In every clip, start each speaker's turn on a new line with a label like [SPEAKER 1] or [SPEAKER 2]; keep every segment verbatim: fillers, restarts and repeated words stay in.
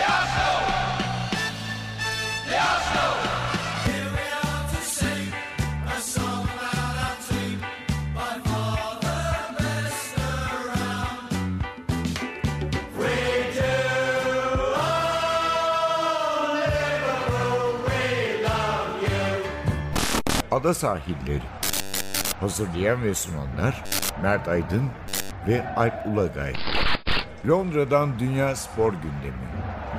[SPEAKER 1] Ada Sahilleri. Hazırlayan ve sunanlar Mert Aydın ve Alp Ulagay. Londra'dan Dünya Spor Gündemi.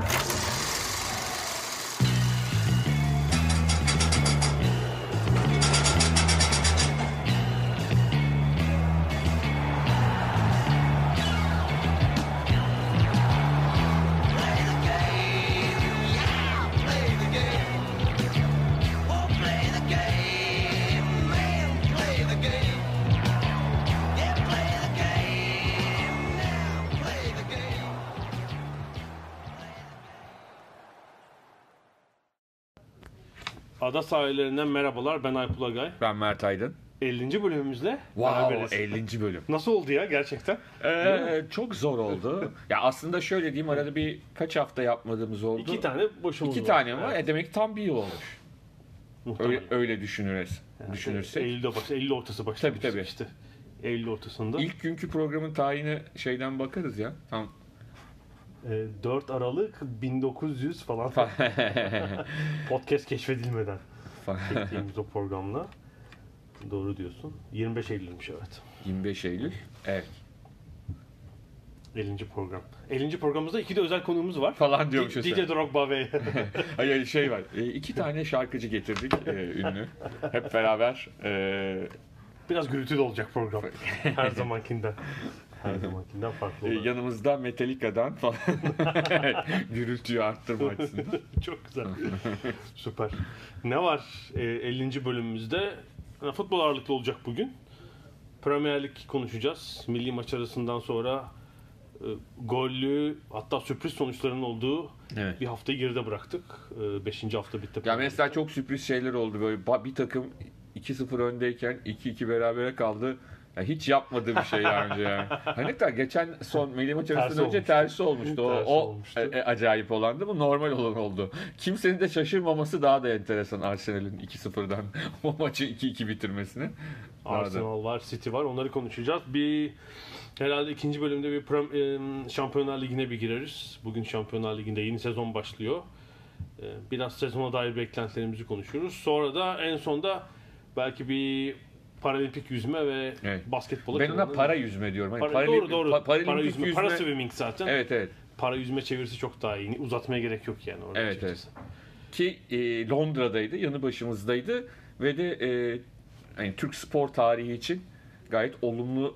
[SPEAKER 2] Ada sahillerinden merhabalar. Ben Alp Ulagay.
[SPEAKER 3] Ben Mert Aydın.
[SPEAKER 2] ellinci bölümümüzle
[SPEAKER 3] Wow,
[SPEAKER 2] beraberiz.
[SPEAKER 3] ellinci bölüm.
[SPEAKER 2] Nasıl oldu ya gerçekten?
[SPEAKER 3] Ee, çok zor oldu. Ya aslında şöyle diyeyim, arada bir kaç hafta yapmadığımız oldu.
[SPEAKER 2] İki tane boşumuz
[SPEAKER 3] İki
[SPEAKER 2] var.
[SPEAKER 3] tane var.
[SPEAKER 2] Evet.
[SPEAKER 3] E demek ki tam bir yıl olmuş.
[SPEAKER 2] Muhtemelen.
[SPEAKER 3] Öyle, öyle düşünürüz.
[SPEAKER 2] Yani
[SPEAKER 3] Düşünürsek.
[SPEAKER 2] Eylül'de baş, Eylül ortası başlamıştık
[SPEAKER 3] Tabii, tabii.
[SPEAKER 2] işte. Eylül ortasında.
[SPEAKER 3] İlk günkü programın tayini şeyden bakarız ya. Tam.
[SPEAKER 2] E, dört Aralık bin dokuz yüz falan. Podcast keşfedilmeden çektiğimiz o programla. Doğru diyorsun. yirmi beş Eylül'müş evet.
[SPEAKER 3] yirmi beş Eylül. Evet.
[SPEAKER 2] ellinci program. ellinci programımızda iki de özel konuğumuz var.
[SPEAKER 3] Falan diyormuşuz.
[SPEAKER 2] D J Drogba ve...
[SPEAKER 3] Hayır şey var. E, iki tane şarkıcı getirdik e, ünlü. Hep beraber. E,
[SPEAKER 2] Biraz gürültülü olacak program. Her zamankinden. Her zamankinden farklı
[SPEAKER 3] e,
[SPEAKER 2] olarak.
[SPEAKER 3] yanımızda Metallica'dan falan. Gürültüyü arttırma açısından.
[SPEAKER 2] Çok güzel. Süper. Ne var e, ellinci bölümümüzde? Yani futbol ağırlıklı olacak bugün. Premier Lig konuşacağız. Milli maç arasından sonra e, gollü, hatta sürpriz sonuçlarının olduğu
[SPEAKER 3] Evet.
[SPEAKER 2] bir haftayı geride bıraktık. E, beşinci hafta bitti.
[SPEAKER 3] Ya mesela çok sürpriz şeyler oldu böyle. Ba- Bir takım iki sıfır öndeyken iki iki berabere kaldı. Ya hiç yapmadığı bir şey daha önce yani. Hani ne kadar geçen son milli maç arasından önce
[SPEAKER 2] olmuştu.
[SPEAKER 3] tersi olmuştu. O,
[SPEAKER 2] Tersi
[SPEAKER 3] o
[SPEAKER 2] olmuştu.
[SPEAKER 3] e, e, acayip olandı. Bu normal olan oldu. Kimsenin de şaşırmaması daha da enteresan Arsenal'in iki sıfırdan o maçı iki iki bitirmesini. Daha da-
[SPEAKER 2] Arsenal var, City var. Onları konuşacağız. Bir herhalde ikinci bölümde bir Prem, e, Şampiyonlar Ligi'ne bir gireriz. Bugün Şampiyonlar Ligi'nde yeni sezon başlıyor. E, biraz sezona dair beklentilerimizi konuşuyoruz. Sonra da en sonda belki bir paralimpik yüzme ve
[SPEAKER 3] Evet.
[SPEAKER 2] basketbola.
[SPEAKER 3] Ben ona
[SPEAKER 2] kenarında-
[SPEAKER 3] para yüzme diyorum. Hani
[SPEAKER 2] Para,
[SPEAKER 3] paralim-
[SPEAKER 2] doğru doğru.
[SPEAKER 3] pa-
[SPEAKER 2] para
[SPEAKER 3] paralimpik
[SPEAKER 2] yüzme, para swimming zaten.
[SPEAKER 3] Evet evet.
[SPEAKER 2] Para yüzme çevirisi çok daha iyi. Uzatmaya gerek yok yani orada.
[SPEAKER 3] Evet,
[SPEAKER 2] açıkçası.
[SPEAKER 3] Ki e, Londra'daydı, yanı başımızdaydı ve de e, hani Türk spor tarihi için gayet olumlu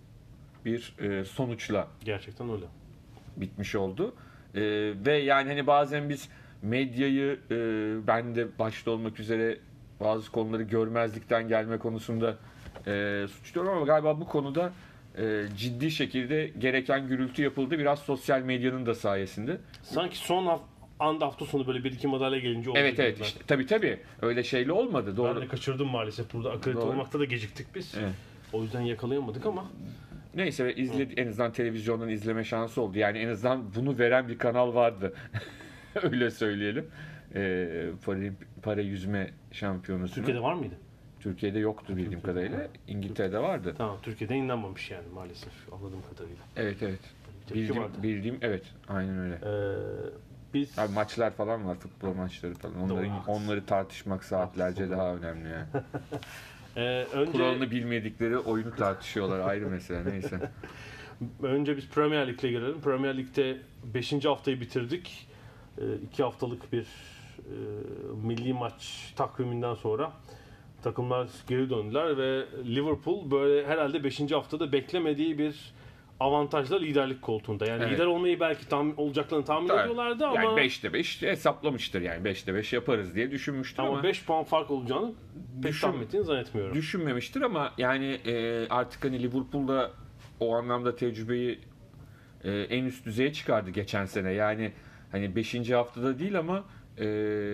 [SPEAKER 3] bir e, sonuçla
[SPEAKER 2] Gerçekten öyle.
[SPEAKER 3] bitmiş oldu. E, ve yani hani bazen biz medyayı e, ben de başta olmak üzere bazı konuları görmezlikten gelme konusunda e, suçluyorum ama galiba bu konuda e, ciddi şekilde gereken gürültü yapıldı. Biraz sosyal medyanın da sayesinde.
[SPEAKER 2] Sanki son haf- anda hafta sonu böyle bir iki madalya gelince oldu.
[SPEAKER 3] Evet
[SPEAKER 2] gibi
[SPEAKER 3] evet
[SPEAKER 2] ben.
[SPEAKER 3] işte tabii tabii öyle şeyle olmadı doğru.
[SPEAKER 2] Ben de kaçırdım maalesef. Burada akredite
[SPEAKER 3] Doğru.
[SPEAKER 2] olmakta da geciktik biz.
[SPEAKER 3] Evet.
[SPEAKER 2] O yüzden yakalayamadık ama
[SPEAKER 3] Neyse ve izledi, en azından televizyondan izleme şansı oldu. Yani en azından bunu veren bir kanal vardı. Öyle söyleyelim. Ee, para, para yüzme şampiyonası.
[SPEAKER 2] Türkiye'de var mıydı?
[SPEAKER 3] Türkiye'de yoktu bildiğim
[SPEAKER 2] Türkiye'de
[SPEAKER 3] kadarıyla.
[SPEAKER 2] var.
[SPEAKER 3] İngiltere'de vardı.
[SPEAKER 2] Tamam, Türkiye'de yayınlanmamış yani maalesef anladığım kadarıyla.
[SPEAKER 3] Evet evet.
[SPEAKER 2] Tepki
[SPEAKER 3] Bildiğim,
[SPEAKER 2] vardı.
[SPEAKER 3] bildiğim evet aynen öyle.
[SPEAKER 2] Ee, biz
[SPEAKER 3] Abi maçlar falan var, futbol maçları falan. Onları,
[SPEAKER 2] Doğru.
[SPEAKER 3] onları tartışmak saatlerce
[SPEAKER 2] Haklısın.
[SPEAKER 3] daha önemli yani.
[SPEAKER 2] e, önce
[SPEAKER 3] Kuralını bilmedikleri oyunu tartışıyorlar, ayrı mesele, neyse.
[SPEAKER 2] önce biz Premier Lig'le girelim. Premier Lig'de beşinci haftayı bitirdik. E, iki haftalık bir e, milli maç takviminden sonra takımlar geri döndüler ve Liverpool böyle herhalde beşinci haftada beklemediği bir avantajla liderlik koltuğunda. Yani
[SPEAKER 3] Evet.
[SPEAKER 2] lider olmayı belki tahmin olacaklarını tahmin
[SPEAKER 3] Tabii.
[SPEAKER 2] ediyorlardı ama
[SPEAKER 3] Yani beşte beş hesaplamıştır yani. beşte beş yaparız diye düşünmüştür ama,
[SPEAKER 2] ama beş puan fark olacağını pek
[SPEAKER 3] Düşün-
[SPEAKER 2] tahmin ettiğini zannetmiyorum.
[SPEAKER 3] düşünmemiştir ama yani e, artık hani Liverpool'da o anlamda tecrübeyi e, en üst düzeye çıkardı geçen sene. Yani hani beşinci haftada değil ama e,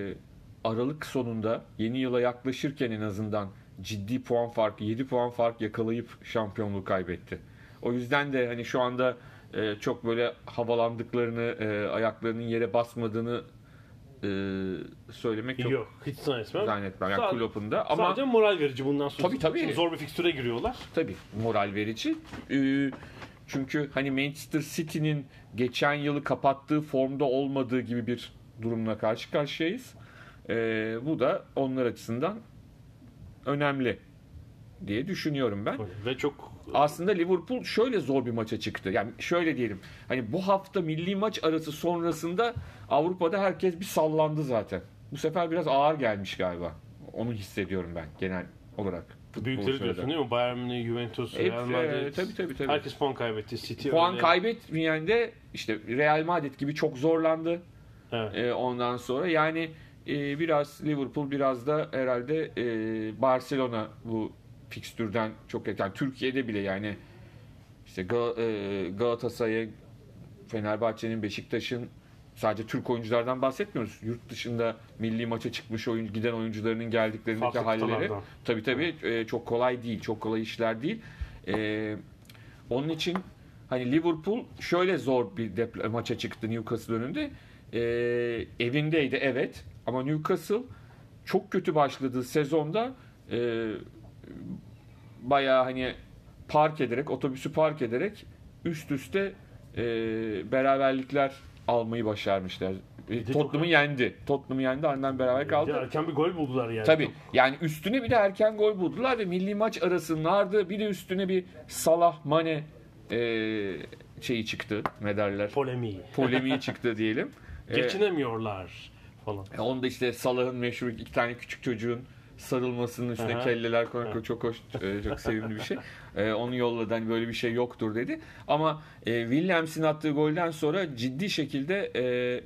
[SPEAKER 3] Aralık sonunda yeni yıla yaklaşırken en azından ciddi puan farkı, yedi puan fark yakalayıp şampiyonluğu kaybetti. O yüzden de hani şu anda e, çok böyle havalandıklarını, e, ayaklarının yere basmadığını e, söylemek çok
[SPEAKER 2] Yok, hiç zannetmem.
[SPEAKER 3] zannetmem. Yani
[SPEAKER 2] Sadece-
[SPEAKER 3] Klopp'un da ama
[SPEAKER 2] Sadece moral verici bundan sonra.
[SPEAKER 3] Tabii, tabii.
[SPEAKER 2] Şimdi zor bir fikstüre giriyorlar.
[SPEAKER 3] tabii moral verici. E, çünkü hani Manchester City'nin geçen yılı kapattığı formda olmadığı gibi bir durumla karşı karşıyayız. E, bu da onlar açısından önemli diye düşünüyorum ben.
[SPEAKER 2] Ve çok
[SPEAKER 3] Aslında Liverpool şöyle zor bir maça çıktı. Yani şöyle diyelim. Hani bu hafta milli maç arası sonrasında Avrupa'da herkes bir sallandı zaten. Bu sefer biraz ağır gelmiş galiba. Onu hissediyorum ben genel olarak.
[SPEAKER 2] büyükleri
[SPEAKER 3] futbol
[SPEAKER 2] diyorsun
[SPEAKER 3] sırada.
[SPEAKER 2] değil mi? Bayern Münih, Juventus,
[SPEAKER 3] Hep,
[SPEAKER 2] Real
[SPEAKER 3] e,
[SPEAKER 2] Madrid.
[SPEAKER 3] tabii tabii tabii.
[SPEAKER 2] Herkes puan kaybetti. City
[SPEAKER 3] Puan
[SPEAKER 2] öyle.
[SPEAKER 3] kaybetmeyen de işte Real Madrid gibi çok zorlandı.
[SPEAKER 2] Evet.
[SPEAKER 3] E, ondan sonra yani e, biraz Liverpool biraz da herhalde e, Barcelona bu fikstürden çok yani Türkiye'de bile yani işte Gal- e, Galatasaray'a, Fenerbahçe'nin, Beşiktaş'ın sadece Türk oyunculardan bahsetmiyoruz. Yurt dışında milli maça çıkmış oyuncu giden oyuncularının geldiklerindeki
[SPEAKER 2] Farklı
[SPEAKER 3] halleri
[SPEAKER 2] kıtalardan.
[SPEAKER 3] tabii tabii e, çok kolay değil. Çok kolay işler değil. E, onun için hani Liverpool şöyle zor bir depla- maça çıktı Newcastle önünde. E, evindeydi evet ama Newcastle çok kötü başladığı sezonda e, bayağı hani park ederek, otobüsü park ederek üst üste e, beraberlikler almayı başarmışlar. E,
[SPEAKER 2] de
[SPEAKER 3] Tottenham'ı
[SPEAKER 2] çok-
[SPEAKER 3] yendi. Tottenham'ı yendi, ardından beraber
[SPEAKER 2] Bir de
[SPEAKER 3] kaldı.
[SPEAKER 2] erken bir gol buldular yani.
[SPEAKER 3] Tabii. Yani üstüne bir de erken gol buldular ve milli maç arasının ardı bir de üstüne bir Salah, Mane e, şeyi çıktı. Ne derler?
[SPEAKER 2] Polemiği.
[SPEAKER 3] Polemiği çıktı diyelim. E,
[SPEAKER 2] Geçinemiyorlar falan.
[SPEAKER 3] E, Onu da işte Salah'ın meşhur iki tane küçük çocuğun sarılmasının üstüne
[SPEAKER 2] Aha.
[SPEAKER 3] kelleler koymak çok hoş, e, çok sevimli bir şey. E, onu yolladı hani böyle bir şey yoktur dedi. Ama e, Williams'in attığı golden sonra ciddi şekilde e,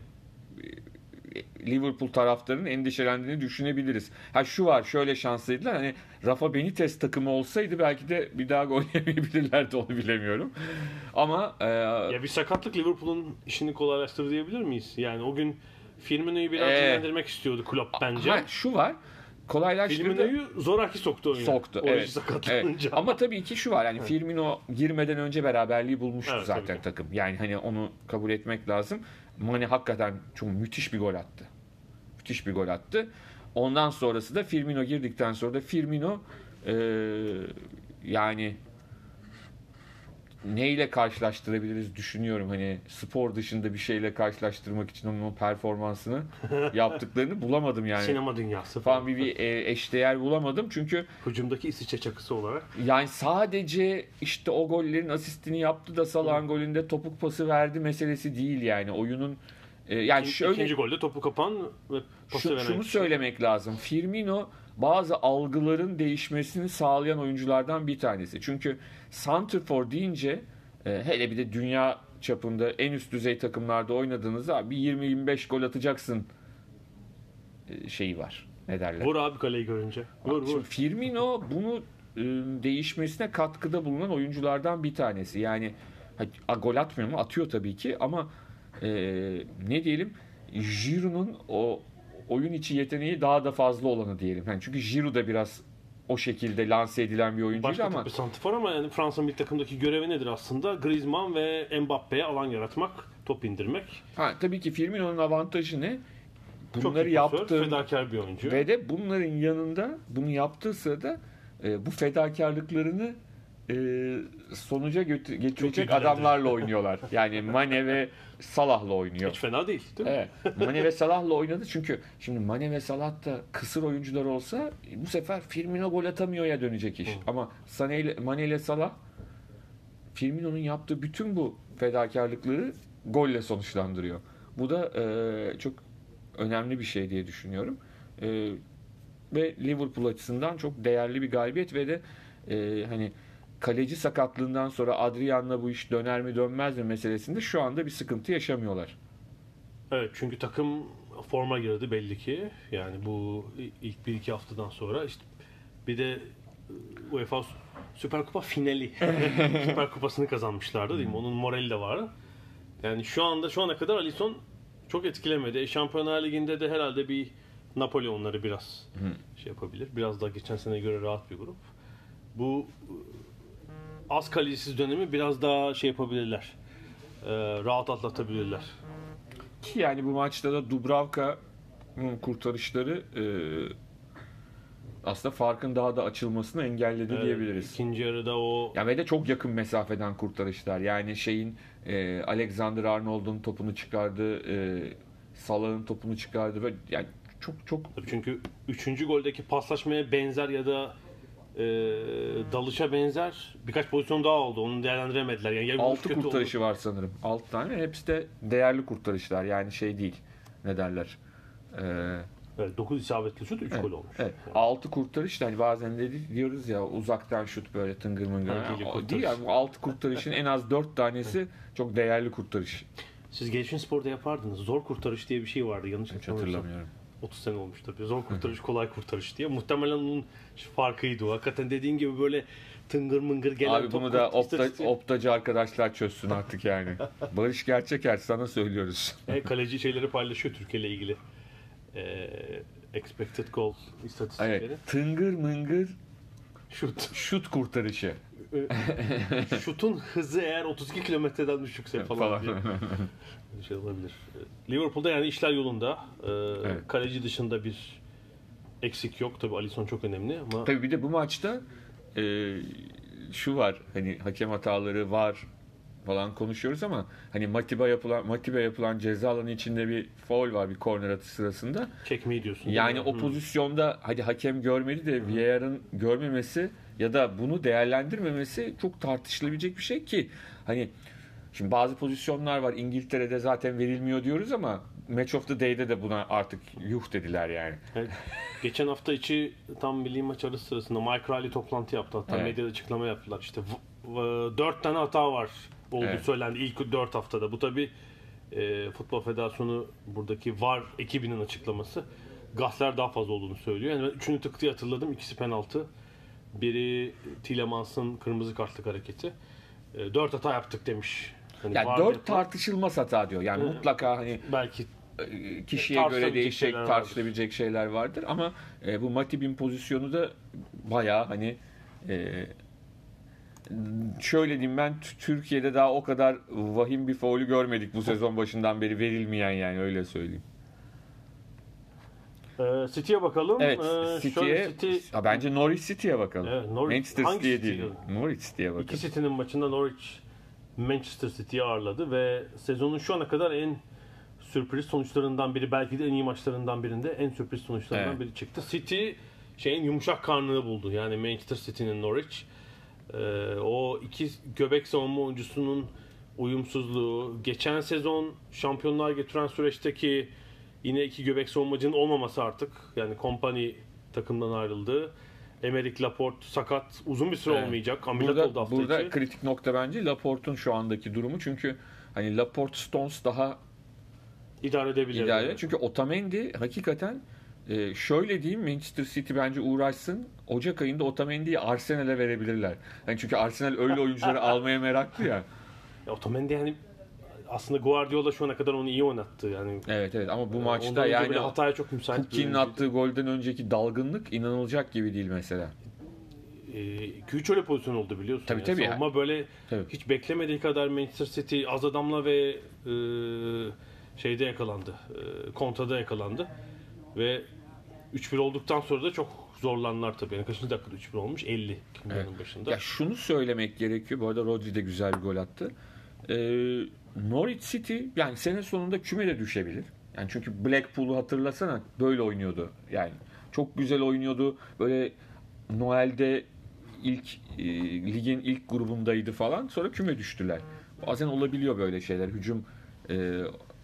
[SPEAKER 3] Liverpool taraftarının endişelendiğini düşünebiliriz. Ha şu var, şöyle şanslıydılar. Hani Rafa Benitez takımı olsaydı belki de bir daha gol yemeyebilirlerdi, onu bilemiyorum. Ama e,
[SPEAKER 2] Ya bir sakatlık Liverpool'un işini kolaylaştırdı diyebilir miyiz? Yani o gün Firmino'yu biraz
[SPEAKER 3] Ee,
[SPEAKER 2] dinlendirmek istiyordu Klopp bence.
[SPEAKER 3] ha, şu var. Kolaylaştırdı.
[SPEAKER 2] Firmino'yu zoraki soktu oyuna.
[SPEAKER 3] Soktu.
[SPEAKER 2] O
[SPEAKER 3] Evet.
[SPEAKER 2] iş sakatlanınca.
[SPEAKER 3] Evet. Ama tabii ki şu var. Yani Firmino girmeden önce beraberliği bulmuştu
[SPEAKER 2] Evet, tabii
[SPEAKER 3] zaten
[SPEAKER 2] ki.
[SPEAKER 3] takım. Yani hani onu kabul etmek lazım. Mane hakikaten çok müthiş bir gol attı. Müthiş bir gol attı. Ondan sonrası da Firmino girdikten sonra da Firmino e, yani neyle karşılaştırabiliriz düşünüyorum. Hani spor dışında bir şeyle karşılaştırmak için onun o performansını yaptıklarını bulamadım yani.
[SPEAKER 2] Sinema dünyası
[SPEAKER 3] Falan
[SPEAKER 2] falan.
[SPEAKER 3] bir, bir e, eşdeğer bulamadım. Çünkü
[SPEAKER 2] Hücumdaki İsviçre çakısı olarak.
[SPEAKER 3] yani sadece işte o gollerin asistini yaptı da Salah'ın golünde topuk pası verdi meselesi değil yani. Oyunun e, yani
[SPEAKER 2] İkinci,
[SPEAKER 3] şöyle
[SPEAKER 2] ikinci golde topu kapan ve pası
[SPEAKER 3] şu,
[SPEAKER 2] veren.
[SPEAKER 3] şunu söylemek lazım. Firmino bazı algıların değişmesini sağlayan oyunculardan bir tanesi. Çünkü santrfor deyince e, hele bir de dünya çapında en üst düzey takımlarda oynadığınızda bir yirmi yirmi beş gol atacaksın e, şeyi var. Ne derler?
[SPEAKER 2] Vur abi kaleyi görünce. Vur
[SPEAKER 3] Şimdi
[SPEAKER 2] vur.
[SPEAKER 3] Firmino bunu e, değişmesine katkıda bulunan oyunculardan bir tanesi. Yani ha, gol atmıyor mu? Atıyor tabii ki ama e, ne diyelim, Giroud'un o oyun içi yeteneği daha da fazla olanı diyelim. Yani çünkü Giroud da biraz o şekilde lanse edilen bir oyuncuydu
[SPEAKER 2] Başka
[SPEAKER 3] ama
[SPEAKER 2] tip bir santrfor ama yani Fransa milli takımdaki görevi nedir aslında? Griezmann ve Mbappe'ye alan yaratmak, top indirmek.
[SPEAKER 3] ha, tabii ki Firmino'nun avantajı ne?
[SPEAKER 2] Çok
[SPEAKER 3] Bunları
[SPEAKER 2] iyi pasör,
[SPEAKER 3] yaptı
[SPEAKER 2] fedakar bir oyuncu.
[SPEAKER 3] ve de bunların yanında bunu yaptığı sırada e, bu fedakarlıklarını e, sonuca götü- getirecek
[SPEAKER 2] iyi
[SPEAKER 3] adamlarla oynuyorlar. Yani Mane ve Salah'la oynuyor.
[SPEAKER 2] Hiç fena değil, değil mi?
[SPEAKER 3] Evet. Mane ve Salah'la oynadı çünkü şimdi Mane ve Salah da kısır oyuncular olsa bu sefer Firmino gol atamıyor ya dönecek iş.
[SPEAKER 2] Hı.
[SPEAKER 3] Ama Sané ile, Mane ile Salah Firmino'nun yaptığı bütün bu fedakarlıkları golle sonuçlandırıyor. Bu da e, çok önemli bir şey diye düşünüyorum. E, ve Liverpool açısından çok değerli bir galibiyet ve de e, hani kaleci sakatlığından sonra Adrian'la bu iş döner mi dönmez mi meselesinde şu anda bir sıkıntı yaşamıyorlar.
[SPEAKER 2] Evet, çünkü takım forma girdi belli ki. Yani bu ilk bir iki haftadan sonra işte bir de UEFA Süper Kupa finali. Süper Kupası'nı kazanmışlardı değil mi? Onun morali de var. Yani şu anda şu ana kadar Alisson çok etkilemedi. E, Şampiyonlar Ligi'nde de herhalde bir Napoli onları biraz
[SPEAKER 3] Hı.
[SPEAKER 2] şey yapabilir. Biraz daha geçen sene göre rahat bir grup. Bu az kalecisiz dönemi biraz daha şey yapabilirler. rahat atlatabilirler.
[SPEAKER 3] Ki yani bu maçta da Dubravka'nın kurtarışları e, aslında farkın daha da açılmasını engelledi
[SPEAKER 2] Evet,
[SPEAKER 3] diyebiliriz.
[SPEAKER 2] İkinci yarıda o
[SPEAKER 3] Ya ve de çok yakın mesafeden kurtarışlar. Yani şeyin e, Alexander Arnold'un topunu çıkardı, e, Salah'ın topunu çıkardı ve yani çok çok
[SPEAKER 2] Tabii çünkü üçüncü goldeki paslaşmaya benzer ya da e, dalışa benzer birkaç pozisyon daha oldu. Onu değerlendiremediler. Yani ya
[SPEAKER 3] altı
[SPEAKER 2] kötü
[SPEAKER 3] kurtarışı
[SPEAKER 2] oldu.
[SPEAKER 3] var sanırım. altı tane. Hepsi de değerli kurtarışlar. Yani şey değil. Ne derler? Ee,
[SPEAKER 2] Evet, dokuz isabetli şut, üç
[SPEAKER 3] evet,
[SPEAKER 2] gol olmuş.
[SPEAKER 3] evet. altı kurtarış da hani bazen de diyoruz ya uzaktan şut böyle tıngır mıngır.
[SPEAKER 2] Dengeli
[SPEAKER 3] O
[SPEAKER 2] kurtarış.
[SPEAKER 3] değil yani bu altı kurtarışın en az dört tanesi çok değerli kurtarış.
[SPEAKER 2] Siz Gelişim Spor'da yapardınız. Zor kurtarış diye bir şey vardı. Yanlış
[SPEAKER 3] Hiç
[SPEAKER 2] hatırlamıyorsam.
[SPEAKER 3] hatırlamıyorum.
[SPEAKER 2] otuz sene olmuş tabii. Zor kurtarış, kolay kurtarış diye. Muhtemelen onun farkıydı o. Hakikaten dediğin gibi böyle tıngır mıngır gelen
[SPEAKER 3] Abi
[SPEAKER 2] top
[SPEAKER 3] bunu da
[SPEAKER 2] kurt-
[SPEAKER 3] opta,
[SPEAKER 2] istatistiği-
[SPEAKER 3] optacı arkadaşlar çözsün artık yani. Barış Gerçeker sana söylüyoruz.
[SPEAKER 2] E, kaleci şeyleri paylaşıyor Türkiye ile ilgili. E, expected goal istatistikleri.
[SPEAKER 3] Evet. Tıngır mıngır
[SPEAKER 2] Şut.
[SPEAKER 3] şut kurtarışı
[SPEAKER 2] E, şutun hızı eğer otuz iki kilometreden düşükse falan,
[SPEAKER 3] falan.
[SPEAKER 2] diye bir şey olabilir. E, Liverpool'da yani işler yolunda. E,
[SPEAKER 3] Evet.
[SPEAKER 2] Kaleci dışında bir eksik yok. Tabii Alisson çok önemli ama
[SPEAKER 3] Tabii bir de bu maçta e, şu var hani hakem hataları var falan konuşuyoruz ama hani Matip'e yapılan Matip'e yapılan ceza alanı içinde bir faul var bir korner atış sırasında.
[SPEAKER 2] çekmeyi diyorsun. değil
[SPEAKER 3] Yani
[SPEAKER 2] mi?
[SPEAKER 3] o
[SPEAKER 2] Hı.
[SPEAKER 3] pozisyonda hadi hakem görmedi de V A R'ın görmemesi ya da bunu değerlendirmemesi çok tartışılabilecek bir şey ki hani şimdi bazı pozisyonlar var İngiltere'de zaten verilmiyor diyoruz ama Match of the Day'de de buna artık yuh dediler yani.
[SPEAKER 2] Evet. Geçen hafta içi tam milli maç arası sırasında Mike Riley toplantı yaptı. Hatta
[SPEAKER 3] Evet.
[SPEAKER 2] medyada açıklama yaptılar. İşte v- v- dört tane hata var olduğu
[SPEAKER 3] Evet.
[SPEAKER 2] söylendi ilk dört haftada. Bu tabi e, Futbol Federasyonu buradaki V A R ekibinin açıklaması. Gahler daha fazla olduğunu söylüyor. Yani ben üçünü tık diye hatırladım. İkisi penaltı. Biri Tielemans'ın kırmızı kartlık hareketi. E, dört hata yaptık demiş. Hani
[SPEAKER 3] Yani
[SPEAKER 2] V A R'da
[SPEAKER 3] dört
[SPEAKER 2] yapılan-
[SPEAKER 3] tartışılmaz hata diyor. Yani
[SPEAKER 2] Evet.
[SPEAKER 3] mutlaka hani
[SPEAKER 2] belki
[SPEAKER 3] e, kişiye
[SPEAKER 2] Tartışabilecek
[SPEAKER 3] göre değişecek,
[SPEAKER 2] şeyler vardır.
[SPEAKER 3] tartışılabilecek şeyler vardır ama e, bu Matip'in pozisyonu da bayağı hani e, şöyle diyeyim ben T- Türkiye'de daha o kadar vahim bir faulü görmedik bu sezon başından beri verilmeyen yani öyle söyleyeyim.
[SPEAKER 2] e, City'ye bakalım.
[SPEAKER 3] Evet,
[SPEAKER 2] E,
[SPEAKER 3] City'ye
[SPEAKER 2] şöyle City
[SPEAKER 3] ha, bence Norwich City'ye bakalım.
[SPEAKER 2] Evet, Norwich-
[SPEAKER 3] Manchester
[SPEAKER 2] hangi
[SPEAKER 3] City'ye
[SPEAKER 2] City'ye?
[SPEAKER 3] değil. Norwich City'ye bakalım.
[SPEAKER 2] İki City'nin maçında Norwich Manchester City'yi ağırladı ve sezonun şu ana kadar en sürpriz sonuçlarından biri, belki de en iyi maçlarından birinde en sürpriz sonuçlarından
[SPEAKER 3] Evet.
[SPEAKER 2] biri çıktı. City şeyin yumuşak karnını buldu. Yani Manchester City'nin Norwich. Ee, o iki göbek savunma oyuncusunun uyumsuzluğu, geçen sezon şampiyonluğa getiren süreçteki yine iki göbek savunmacının olmaması artık. Yani Kompany takımdan ayrıldı. Emerick Laporte sakat, uzun bir süre
[SPEAKER 3] Evet.
[SPEAKER 2] olmayacak. Ameliyat oldu
[SPEAKER 3] Burada,
[SPEAKER 2] hafta
[SPEAKER 3] burada
[SPEAKER 2] içi.
[SPEAKER 3] kritik nokta bence Laporte'un şu andaki durumu çünkü hani Laporte Stones daha
[SPEAKER 2] İdare edebilir.
[SPEAKER 3] İdare. Çünkü Otamendi hakikaten e, şöyle diyeyim Manchester City bence uğraşsın. Ocak ayında Otamendi'yi Arsenal'e verebilirler. Yani çünkü Arsenal öyle oyuncuları almaya meraklı ya.
[SPEAKER 2] Ya Otamendi yani aslında Guardiola şu ana kadar onu iyi oynattı. Yani
[SPEAKER 3] Evet evet ama bu
[SPEAKER 2] ondan
[SPEAKER 3] maçta
[SPEAKER 2] önce
[SPEAKER 3] yani
[SPEAKER 2] böyle hataya çok müsait bir
[SPEAKER 3] Pukki'nin
[SPEAKER 2] oyuncuydu.
[SPEAKER 3] attığı golden önceki dalgınlık inanılacak gibi değil mesela.
[SPEAKER 2] iki üç öyle pozisyon oldu biliyorsun.
[SPEAKER 3] Tabii,
[SPEAKER 2] yani.
[SPEAKER 3] tabii
[SPEAKER 2] Savunma böyle
[SPEAKER 3] Tabii.
[SPEAKER 2] hiç beklemediği kadar Manchester City az adamla ve e, şeyde yakalandı. E, kontrada yakalandı. Ve üç bir olduktan sonra da çok zorlandılar tabii. Yani kaçıncı dakikada üç bir olmuş? elli.
[SPEAKER 3] Evet.
[SPEAKER 2] başında.
[SPEAKER 3] Ya şunu söylemek gerekiyor. Bu arada Rodri de güzel bir gol attı. Ee, Norwich City yani sene sonunda küme de düşebilir. Yani çünkü Blackpool'u hatırlasana böyle oynuyordu. Yani çok güzel oynuyordu. Böyle Noel'de ilk e, ligin ilk grubundaydı falan. Sonra küme düştüler. Bazen olabiliyor böyle şeyler. Hücum e,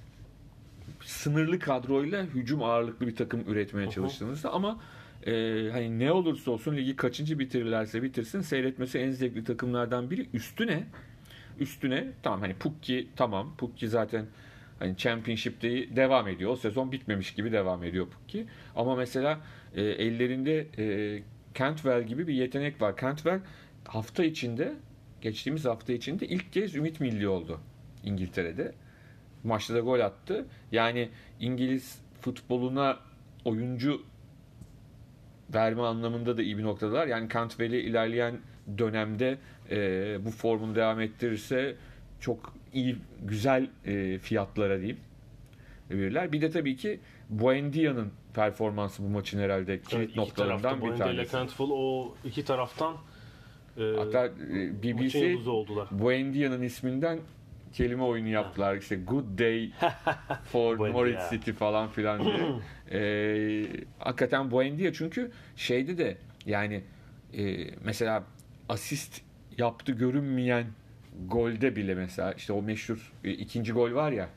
[SPEAKER 3] sınırlı kadroyla hücum ağırlıklı bir takım üretmeye çalıştığınızda ama e, hani ne olursa olsun ligi kaçıncı bitirirlerse bitirsin seyretmesi en zevkli takımlardan biri. Üstüne üstüne tamam hani Pukki tamam Pukki zaten hani Championship'te devam ediyor. O sezon bitmemiş gibi devam ediyor Pukki. Ama mesela e, ellerinde e, Cantwell gibi bir yetenek var. Cantwell hafta içinde geçtiğimiz hafta içinde ilk kez Ümit Milli oldu İngiltere'de. Maçta da gol attı. Yani İngiliz futboluna oyuncu verme anlamında da iyi bir noktadalar. Yani Cantwell'i ilerleyen dönemde e, bu formunu devam ettirirse çok iyi, güzel e, fiyatlara diyeyim verirler. Bir de tabii ki Buendia'nın performansı bu maçın herhalde kilit
[SPEAKER 2] Evet, iki
[SPEAKER 3] noktalarından
[SPEAKER 2] tarafta,
[SPEAKER 3] bir
[SPEAKER 2] Buendia ile
[SPEAKER 3] tanesi.
[SPEAKER 2] Cantwell o iki taraftan e,
[SPEAKER 3] Hatta e, B B
[SPEAKER 2] maçın
[SPEAKER 3] C
[SPEAKER 2] yıldızı oldular.
[SPEAKER 3] Buendia'nın isminden kelime oyunu yaptılar. İşte good day for
[SPEAKER 2] Buendia.
[SPEAKER 3] Norwich City falan filan diye. Ee, hakikaten Buendia çünkü şeyde de yani e, mesela asist yaptı görünmeyen golde bile mesela işte o meşhur e, ikinci gol var ya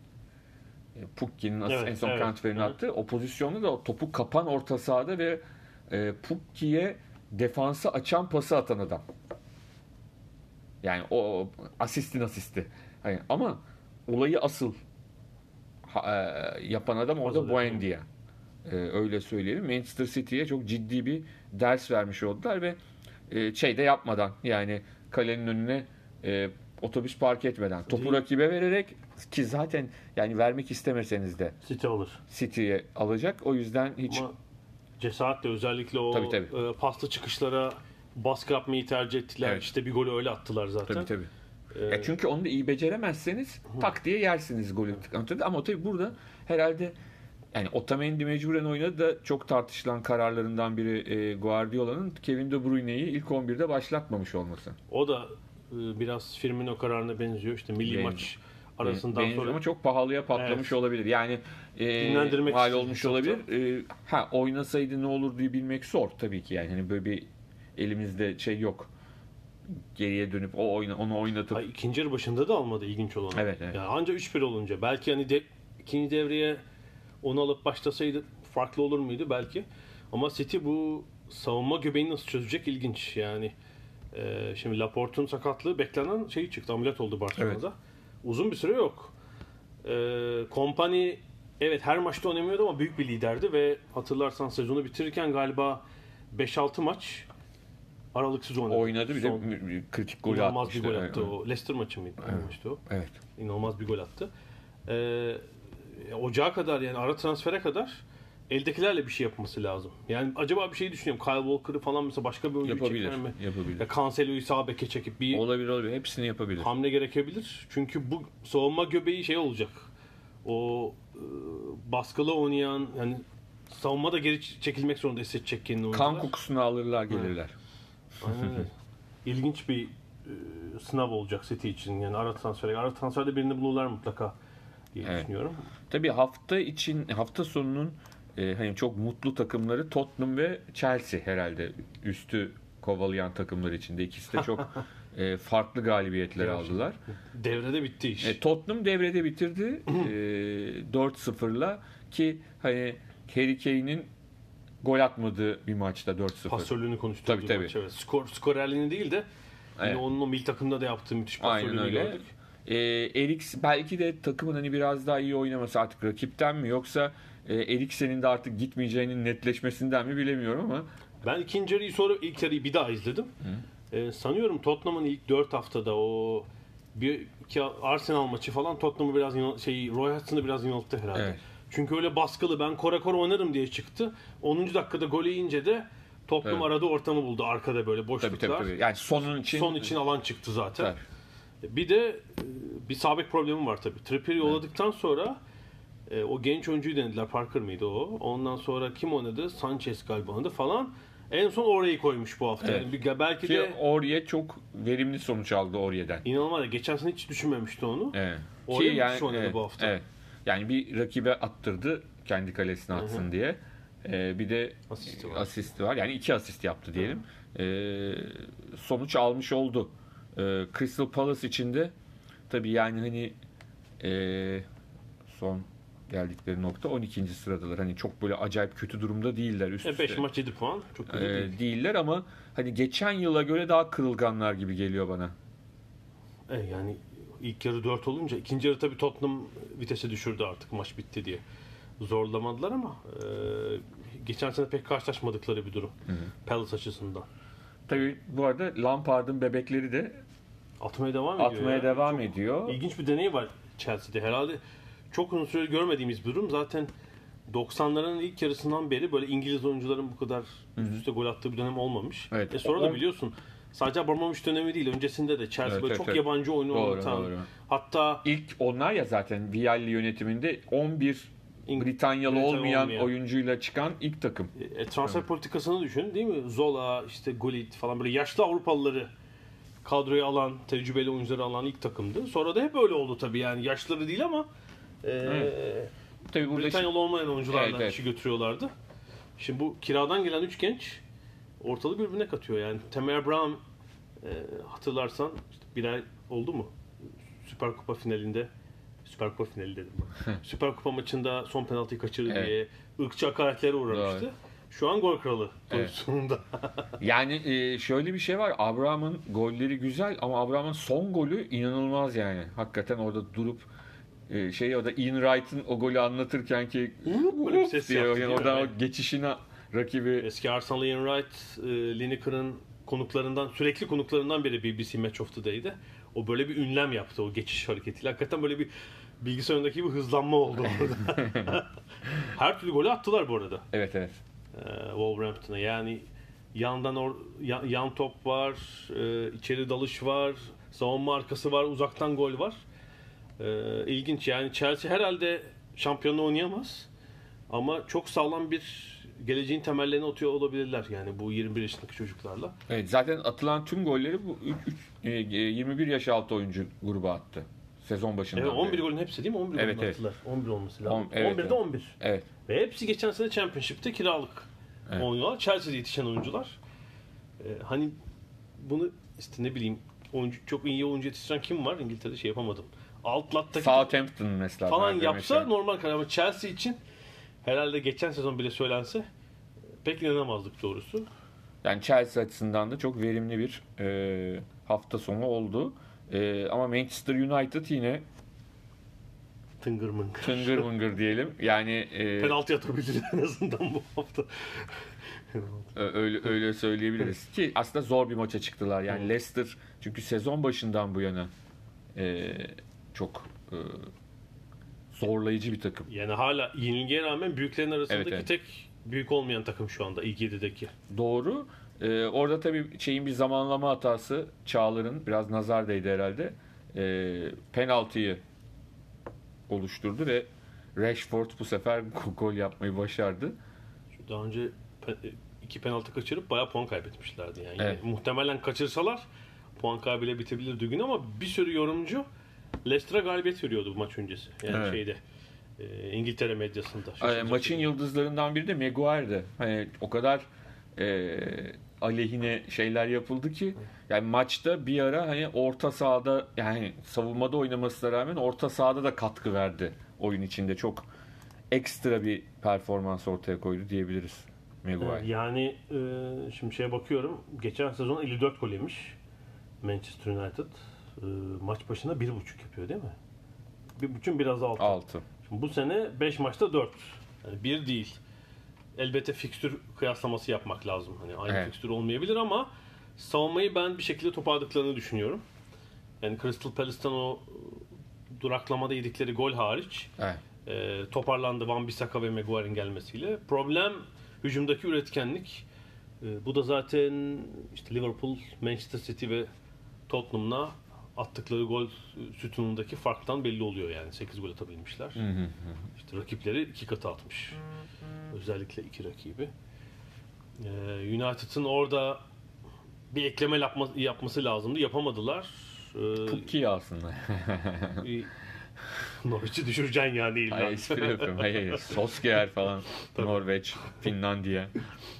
[SPEAKER 3] e, Pukki'nin as-
[SPEAKER 2] Evet,
[SPEAKER 3] en son
[SPEAKER 2] evet.
[SPEAKER 3] Cantwell'in
[SPEAKER 2] Hı.
[SPEAKER 3] attığı o pozisyonda da o topu kapan orta sahada ve e, Pukki'ye defansı açan pası atan adam. Yani o, o asistin asisti. Hani ama olayı asıl ha, e, yapan adam orada
[SPEAKER 2] Asıl
[SPEAKER 3] Buendia. E, öyle söyleyelim. Manchester City'ye çok ciddi bir ders vermiş oldular ve e, şey de yapmadan yani kalenin önüne e, otobüs park etmeden topu
[SPEAKER 2] Değil.
[SPEAKER 3] rakibe vererek ki zaten yani vermek istemeseniz de
[SPEAKER 2] City alır.
[SPEAKER 3] City'ye alacak. O yüzden hiç
[SPEAKER 2] Ama cesaretle özellikle o
[SPEAKER 3] Tabii, tabii.
[SPEAKER 2] e, paslı çıkışlara baskı yapmayı tercih ettiler.
[SPEAKER 3] Evet.
[SPEAKER 2] İşte bir golü öyle attılar zaten.
[SPEAKER 3] tabii tabii.
[SPEAKER 2] Ee,
[SPEAKER 3] Ya çünkü onu da iyi beceremezseniz tak diye yersiniz golü. Ama tabii burada herhalde yani Otamendi mecburen oynadı da çok tartışılan kararlarından biri e, Guardiola'nın Kevin De Bruyne'yi ilk on birde başlatmamış olması.
[SPEAKER 2] O da e, biraz Firmino kararına benziyor. İşte milli
[SPEAKER 3] Benziyor.
[SPEAKER 2] maç arasından
[SPEAKER 3] Benziyor
[SPEAKER 2] sonra
[SPEAKER 3] ama çok pahalıya patlamış
[SPEAKER 2] Evet.
[SPEAKER 3] olabilir. Yani e,
[SPEAKER 2] Dinlendirmek
[SPEAKER 3] mal
[SPEAKER 2] için
[SPEAKER 3] olmuş
[SPEAKER 2] çok
[SPEAKER 3] olabilir. E, ha oynasaydı ne olur diye bilmek zor tabii ki yani. Hani böyle bir elimizde şey yok. Geriye dönüp o oyna, onu oynatıp
[SPEAKER 2] Ay, ikinci yarı başında da almadı ilginç olan.
[SPEAKER 3] Evet, evet.
[SPEAKER 2] Yani anca üç bir olunca belki hani de, ikinci devreye onu alıp başlasaydı farklı olur muydu belki. Ama City bu savunma göbeğini nasıl çözecek ilginç yani. E, şimdi Laporte'un sakatlığı beklenen şeyi çıktı. Ameliyat oldu Barcelona'da. Uzun bir süre yok. E, Kompany evet her maçta oynamıyordu ama büyük bir liderdi ve hatırlarsan sezonu bitirirken galiba beş altı maç aralıksız oynadı.
[SPEAKER 3] oynadı bir de
[SPEAKER 2] Son-
[SPEAKER 3] mü- mü- kritik golü
[SPEAKER 2] İnanılmaz
[SPEAKER 3] atmıştı.
[SPEAKER 2] bir gol
[SPEAKER 3] Evet,
[SPEAKER 2] attı. O Leicester maçı mıydı? Evet. O.
[SPEAKER 3] Evet.
[SPEAKER 2] İnanılmaz bir gol attı. Ee, Ocağa kadar yani ara transfere kadar eldekilerle bir şey yapması lazım. Yani acaba bir şey düşünüyorum. Kyle Walker'ı falan mesela başka bir oyuncu
[SPEAKER 3] Yapabilir.
[SPEAKER 2] çeker mi?
[SPEAKER 3] Yapabilir.
[SPEAKER 2] Ya Cancelo'yu sağ beke çekip bir
[SPEAKER 3] Olabilir olabilir. Hepsini yapabilir.
[SPEAKER 2] hamle gerekebilir. Çünkü bu savunma göbeği şey olacak. O e, baskılı oynayan yani savunma da geri çekilmek zorunda hissedecek kendini oyuncular.
[SPEAKER 3] Kan kokusunu alırlar gelirler.
[SPEAKER 2] Aynen öyle. İlginç bir e, sınav olacak City için. Yani ara transfere. Ara transferde birini bulurlar mutlaka diye
[SPEAKER 3] Evet.
[SPEAKER 2] düşünüyorum.
[SPEAKER 3] Tabii hafta için hafta sonunun e, hani çok mutlu takımları Tottenham ve Chelsea herhalde üstü kovalayan takımlar içinde. İkisi de çok e, farklı galibiyetler
[SPEAKER 2] Evet.
[SPEAKER 3] aldılar.
[SPEAKER 2] Devrede bitti iş.
[SPEAKER 3] E, Tottenham devrede bitirdi e, dört sıfırla ki hani Harry Kane'in gol atmadığı bir maçta dört sıfır.
[SPEAKER 2] Pasörlüğünü konuştuk.
[SPEAKER 3] Tabii, tabii.
[SPEAKER 2] Maç, evet. Skor, skorerliğini değil de yine
[SPEAKER 3] Evet.
[SPEAKER 2] onun o milli takımda da yaptığı müthiş
[SPEAKER 3] Aynen
[SPEAKER 2] pasörlüğünü
[SPEAKER 3] öyle.
[SPEAKER 2] gördük.
[SPEAKER 3] E, Eriks belki de takımın hani biraz daha iyi oynaması artık rakipten mi yoksa e, Eriksen'in de artık gitmeyeceğinin netleşmesinden mi bilemiyorum ama
[SPEAKER 2] Ben ikinci yarıyı sonra ilk yarıyı bir daha izledim. Ee, sanıyorum Tottenham'ın ilk dört haftada o bir iki Arsenal maçı falan Tottenham'ı biraz yanıl- şey Roy Hodgson'ı biraz yanılttı herhalde.
[SPEAKER 3] Evet.
[SPEAKER 2] Çünkü öyle baskılı ben kora kora oynarım diye çıktı. onuncu dakikada golü yiyince de Tottenham
[SPEAKER 3] Evet.
[SPEAKER 2] aradığı ortamı buldu arkada böyle
[SPEAKER 3] tabii
[SPEAKER 2] boşluklar.
[SPEAKER 3] tabii tabii. Yani sonun için
[SPEAKER 2] Son için alan çıktı zaten.
[SPEAKER 3] Tabii.
[SPEAKER 2] Bir de e, bir sabit problemi var tabii. Trippier'i yolladıktan sonra e, o genç oyuncuyu denediler. Parker mıydı o? Ondan sonra kim oynadı? Sanchez galiba oynadı falan. En son orayı koymuş bu hafta.
[SPEAKER 3] Evet.
[SPEAKER 2] Yani bir- belki
[SPEAKER 3] ki
[SPEAKER 2] de
[SPEAKER 3] Aurier çok verimli sonuç aldı Aurier'den.
[SPEAKER 2] inanılmaz. Geçen sene hiç düşünmemişti onu.
[SPEAKER 3] Evet.
[SPEAKER 2] Aurier
[SPEAKER 3] Ki
[SPEAKER 2] müthiş oynadı
[SPEAKER 3] evet,
[SPEAKER 2] bu hafta.
[SPEAKER 3] Evet. Yani bir rakibe attırdı kendi kalesine atsın diye. Ee, bir de
[SPEAKER 2] Asisti var.
[SPEAKER 3] asisti var. Yani iki asist yaptı diyelim. Ee, sonuç almış oldu. Ee, Crystal Palace için de tabii yani hani ee, son geldikleri nokta on ikinci sıradalar. Hani çok böyle acayip kötü durumda değiller üst üste.
[SPEAKER 2] beş maç yedi puan. Çok kötü
[SPEAKER 3] Ee,
[SPEAKER 2] değil.
[SPEAKER 3] değiller ama hani geçen yıla göre daha kırılganlar gibi geliyor bana.
[SPEAKER 2] E, yani ilk yarı dört olunca ikinci yarı tabii Tottenham vitese düşürdü artık maç bitti diye. Zorlamadılar ama e, geçen sene pek karşılaşmadıkları bir durum. Palace açısından.
[SPEAKER 3] Tabii bu arada Lampard'ın bebekleri de
[SPEAKER 2] Atmaya devam ediyor.
[SPEAKER 3] atmaya
[SPEAKER 2] ya.
[SPEAKER 3] devam
[SPEAKER 2] Çok
[SPEAKER 3] ediyor.
[SPEAKER 2] İlginç bir deney var Chelsea'de. Herhalde çok uzun süre görmediğimiz bir durum. Zaten doksanların ilk yarısından beri böyle İngiliz oyuncuların bu kadar üst üste gol attığı bir dönem olmamış.
[SPEAKER 3] Evet.
[SPEAKER 2] E sonra da
[SPEAKER 3] On-
[SPEAKER 2] biliyorsun sadece Abramovich dönemi değil, öncesinde de Chelsea
[SPEAKER 3] Evet,
[SPEAKER 2] böyle
[SPEAKER 3] evet,
[SPEAKER 2] çok
[SPEAKER 3] evet.
[SPEAKER 2] yabancı oyunu
[SPEAKER 3] Doğru,
[SPEAKER 2] oynatan.
[SPEAKER 3] doğru.
[SPEAKER 2] Hatta
[SPEAKER 3] İlk onlar ya zaten Vialli yönetiminde on bir
[SPEAKER 2] İng-
[SPEAKER 3] Britanyalı
[SPEAKER 2] Britanyalı
[SPEAKER 3] olmayan,
[SPEAKER 2] olmayan.
[SPEAKER 3] oyuncuyla çıkan ilk takım.
[SPEAKER 2] e, transfer politikasını düşün değil mi? Zola, işte Gullit falan böyle yaşlı Avrupalıları kadroya alan, tecrübeli oyuncuları alan ilk takımdı. Sonra da hep öyle oldu tabii, yani yaşları değil ama e,
[SPEAKER 3] Tabii burada
[SPEAKER 2] Britanyalı olmayan oyuncularla
[SPEAKER 3] Evet, evet.
[SPEAKER 2] işi götürüyorlardı. Şimdi bu kiradan gelen üç genç ortalığı birbirine katıyor yani. Tamer Brown, e, hatırlarsan işte bir ay oldu mu? Süper Kupa finalinde Süper Kupa finali dedim ben. Süper Kupa maçında son penaltıyı kaçırdı
[SPEAKER 3] Evet.
[SPEAKER 2] diye ırkçı hakaretlere uğramıştı.
[SPEAKER 3] Doğru.
[SPEAKER 2] Şu an gol kralı
[SPEAKER 3] Evet.
[SPEAKER 2] pozisyonunda.
[SPEAKER 3] Yani e, şöyle bir şey var. Abraham'ın golleri güzel ama Abraham'ın son golü inanılmaz yani. Hakikaten orada durup e, şey orada Ian Wright'ın o golü anlatırken ki
[SPEAKER 2] Böyle bir ses
[SPEAKER 3] diye,
[SPEAKER 2] yaptı,
[SPEAKER 3] yani
[SPEAKER 2] değil mi?
[SPEAKER 3] oradan
[SPEAKER 2] Evet.
[SPEAKER 3] o geçişine rakibi
[SPEAKER 2] Eski Arsenal Ian Wright, e, Lineker'ın konuklarından, sürekli konuklarından biri B B C Match of the Day'de. O böyle bir ünlem yaptı o geçiş hareketiyle. Hakikaten böyle bir bilgisayarındaki bir hızlanma oldu orada. Her türlü golü attılar bu arada.
[SPEAKER 3] evet evet.
[SPEAKER 2] e, Wolverhampton'a. Yani yandan or, ya- yan top var, e, içeri dalış var, savunma arkası var, uzaktan gol var. E, ilginç yani, Chelsea herhalde şampiyonluğu oynayamaz ama çok sağlam bir geleceğin temellerini atıyor olabilirler yani bu yirmi bir yaşındaki çocuklarla.
[SPEAKER 3] Evet, zaten atılan tüm golleri bu üç, üç, e, yirmi bir yaş altı oyuncu gruba attı. Sezon başından
[SPEAKER 2] Evet, on bir
[SPEAKER 3] beri.
[SPEAKER 2] golün hepsi değil mi? on bir
[SPEAKER 3] Evet,
[SPEAKER 2] golün
[SPEAKER 3] evet.
[SPEAKER 2] attılar. on bir olması lazım.
[SPEAKER 3] On- evet,
[SPEAKER 2] on birde
[SPEAKER 3] evet.
[SPEAKER 2] on bir.
[SPEAKER 3] Evet.
[SPEAKER 2] Ve hepsi geçen sene Championship'te kiralık
[SPEAKER 3] Evet.
[SPEAKER 2] oynuyorlar. Chelsea'de yetişen oyuncular. Ee, hani bunu işte ne bileyim, oyuncu, çok iyi oyuncu yetiştiren kim var? İngiltere'de şey yapamadım. Altlattaki
[SPEAKER 3] Southampton mesela.
[SPEAKER 2] falan
[SPEAKER 3] Nerede
[SPEAKER 2] yapsa
[SPEAKER 3] mesela?
[SPEAKER 2] normal karar ama Chelsea için herhalde geçen sezon bile söylense pek inanamazdık doğrusu.
[SPEAKER 3] Yani Chelsea açısından da çok verimli bir e, hafta sonu oldu. E, ama Manchester United yine
[SPEAKER 2] Tıngır mıngır.
[SPEAKER 3] tıngır mıngır diyelim. Yani e,
[SPEAKER 2] Penaltı atabildi en azından bu hafta.
[SPEAKER 3] Ö- Öyle öyle söyleyebiliriz ki aslında zor bir maça çıktılar. Yani Leicester çünkü sezon başından bu yana e, çok e, zorlayıcı bir takım.
[SPEAKER 2] Yani hala yenilgiye rağmen büyüklerin arasındaki
[SPEAKER 3] Evet, evet.
[SPEAKER 2] tek büyük olmayan takım şu anda ilk yedideki.
[SPEAKER 3] Doğru. E, orada tabii şeyin bir zamanlama hatası, Çağlar'ın biraz nazar değdi herhalde. E, penaltıyı oluşturdu ve Rashford bu sefer gol yapmayı başardı.
[SPEAKER 2] Daha önce pe- iki penaltı kaçırıp bayağı puan kaybetmişlerdi. Yani
[SPEAKER 3] Evet.
[SPEAKER 2] yine muhtemelen kaçırsalar puan kaybıyla bitebilirdi gün ama bir sürü yorumcu Leicester'a galibiyet veriyordu bu maç öncesi. Yani
[SPEAKER 3] Evet.
[SPEAKER 2] şeyde e, İngiltere medyasında.
[SPEAKER 3] E,
[SPEAKER 2] Şaşırtıcı.
[SPEAKER 3] maçın yıldızlarından biri de Maguire'dı. Hani o kadar e, aleyhine şeyler yapıldı ki yani maçta bir ara hani orta sahada, yani savunmada oynamasına rağmen orta sahada da katkı verdi oyun içinde. Çok ekstra bir performans ortaya koydu diyebiliriz Maguire.
[SPEAKER 2] Evet, yani e, şimdi şeye bakıyorum. Geçen sezon elli dört gol yemiş Manchester United. E, maç başına bir buçuk yapıyor değil mi? Bir buçuk biraz altı.
[SPEAKER 3] altı.
[SPEAKER 2] Şimdi bu sene beş maçta dört. Yani bir değil. Elbette fikstür kıyaslaması yapmak lazım. Hani aynı
[SPEAKER 3] Evet.
[SPEAKER 2] fikstür olmayabilir ama savunmayı ben bir şekilde toparladıklarını düşünüyorum. Yani Crystal Palace'tan o duraklamada yedikleri gol hariç
[SPEAKER 3] Evet.
[SPEAKER 2] e, toparlandı Wan-Bissaka ve Maguire'in gelmesiyle. Problem hücumdaki üretkenlik. E, bu da zaten işte Liverpool, Manchester City ve Tottenham'la attıkları gol sütunundaki farktan belli oluyor yani. sekiz gol atabilmişler.
[SPEAKER 3] Hı hı hı.
[SPEAKER 2] İşte rakipleri iki katı atmış. Özellikle iki rakibi. Ee, United'ın orada bir ekleme yapma, yapması lazımdı. Yapamadılar. Ee,
[SPEAKER 3] Pukki'yi aslında.
[SPEAKER 2] bir- Norwich'i düşüreceksin yani illa.
[SPEAKER 3] Hayır, espri yapıyorum. Hayır, hayır. Solskjaer falan. Norveç, Finlandiya.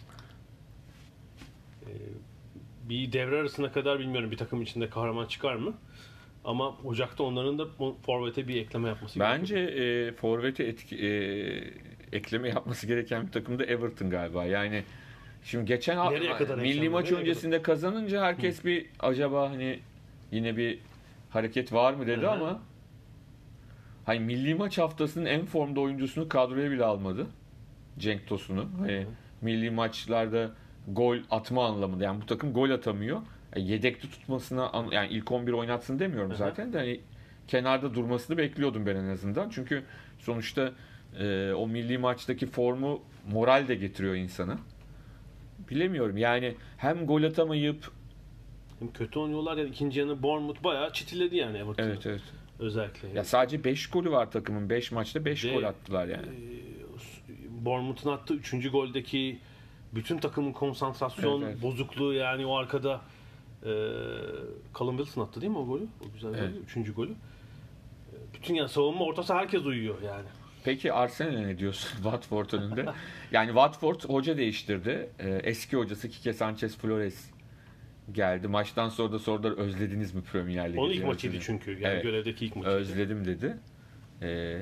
[SPEAKER 2] Ee, bir devre arasına kadar bilmiyorum bir takım içinde kahraman çıkar mı? Ama Ocak'ta onların da bu forvete bir ekleme yapması
[SPEAKER 3] Bence
[SPEAKER 2] gerekiyor.
[SPEAKER 3] e, forvete etki, e, ekleme yapması gereken bir takım da Everton galiba. Yani şimdi geçen ha-
[SPEAKER 2] Nereye kadar
[SPEAKER 3] milli
[SPEAKER 2] ekleme,
[SPEAKER 3] maç
[SPEAKER 2] nereye
[SPEAKER 3] öncesinde kazanınca herkes bir acaba hani yine bir hareket var mı dedi
[SPEAKER 2] Hı hı.
[SPEAKER 3] ama hani milli maç haftasının en formda oyuncusunu kadroya bile almadı. Cenk Tosun'u. Hani milli maçlarda gol atma anlamında. Yani bu takım gol atamıyor. Yani yedekte tutmasına an- yani ilk on bir oynatsın demiyorum
[SPEAKER 2] Hı hı.
[SPEAKER 3] zaten de hani kenarda durmasını bekliyordum ben en azından. Çünkü sonuçta e, o milli maçtaki formu moral de getiriyor insana. Bilemiyorum yani hem gol atamayıp
[SPEAKER 2] hem kötü oynuyorlar. Yani ikinci yarı Bournemouth bayağı çitiledi yani Everton'u.
[SPEAKER 3] Evet evet.
[SPEAKER 2] Özellikle.
[SPEAKER 3] Ya sadece beş golü var takımın. beş maçta beş
[SPEAKER 2] De,
[SPEAKER 3] gol attılar yani.
[SPEAKER 2] E, Bournemouth'un attığı üçüncü goldeki bütün takımın konsantrasyon
[SPEAKER 3] Evet, evet.
[SPEAKER 2] bozukluğu yani o arkada e, Callum Wilson attı değil mi o golü? O güzel
[SPEAKER 3] Evet.
[SPEAKER 2] golü. Üçüncü golü. E, bütün yani savunma ortası herkes uyuyor yani.
[SPEAKER 3] Peki Arsenal'e ne diyorsun Watford önünde? Yani Watford hoca değiştirdi. Ee, eski hocası Kike Sanchez Flores geldi. Maçtan sonra da sordular, özlediniz mi Premier Lig'i?
[SPEAKER 2] Onun ilk
[SPEAKER 3] diye
[SPEAKER 2] maçıydı
[SPEAKER 3] Arsenal.
[SPEAKER 2] çünkü. Yani
[SPEAKER 3] Evet.
[SPEAKER 2] görevdeki ilk maçıydı.
[SPEAKER 3] Özledim dedi. Ee,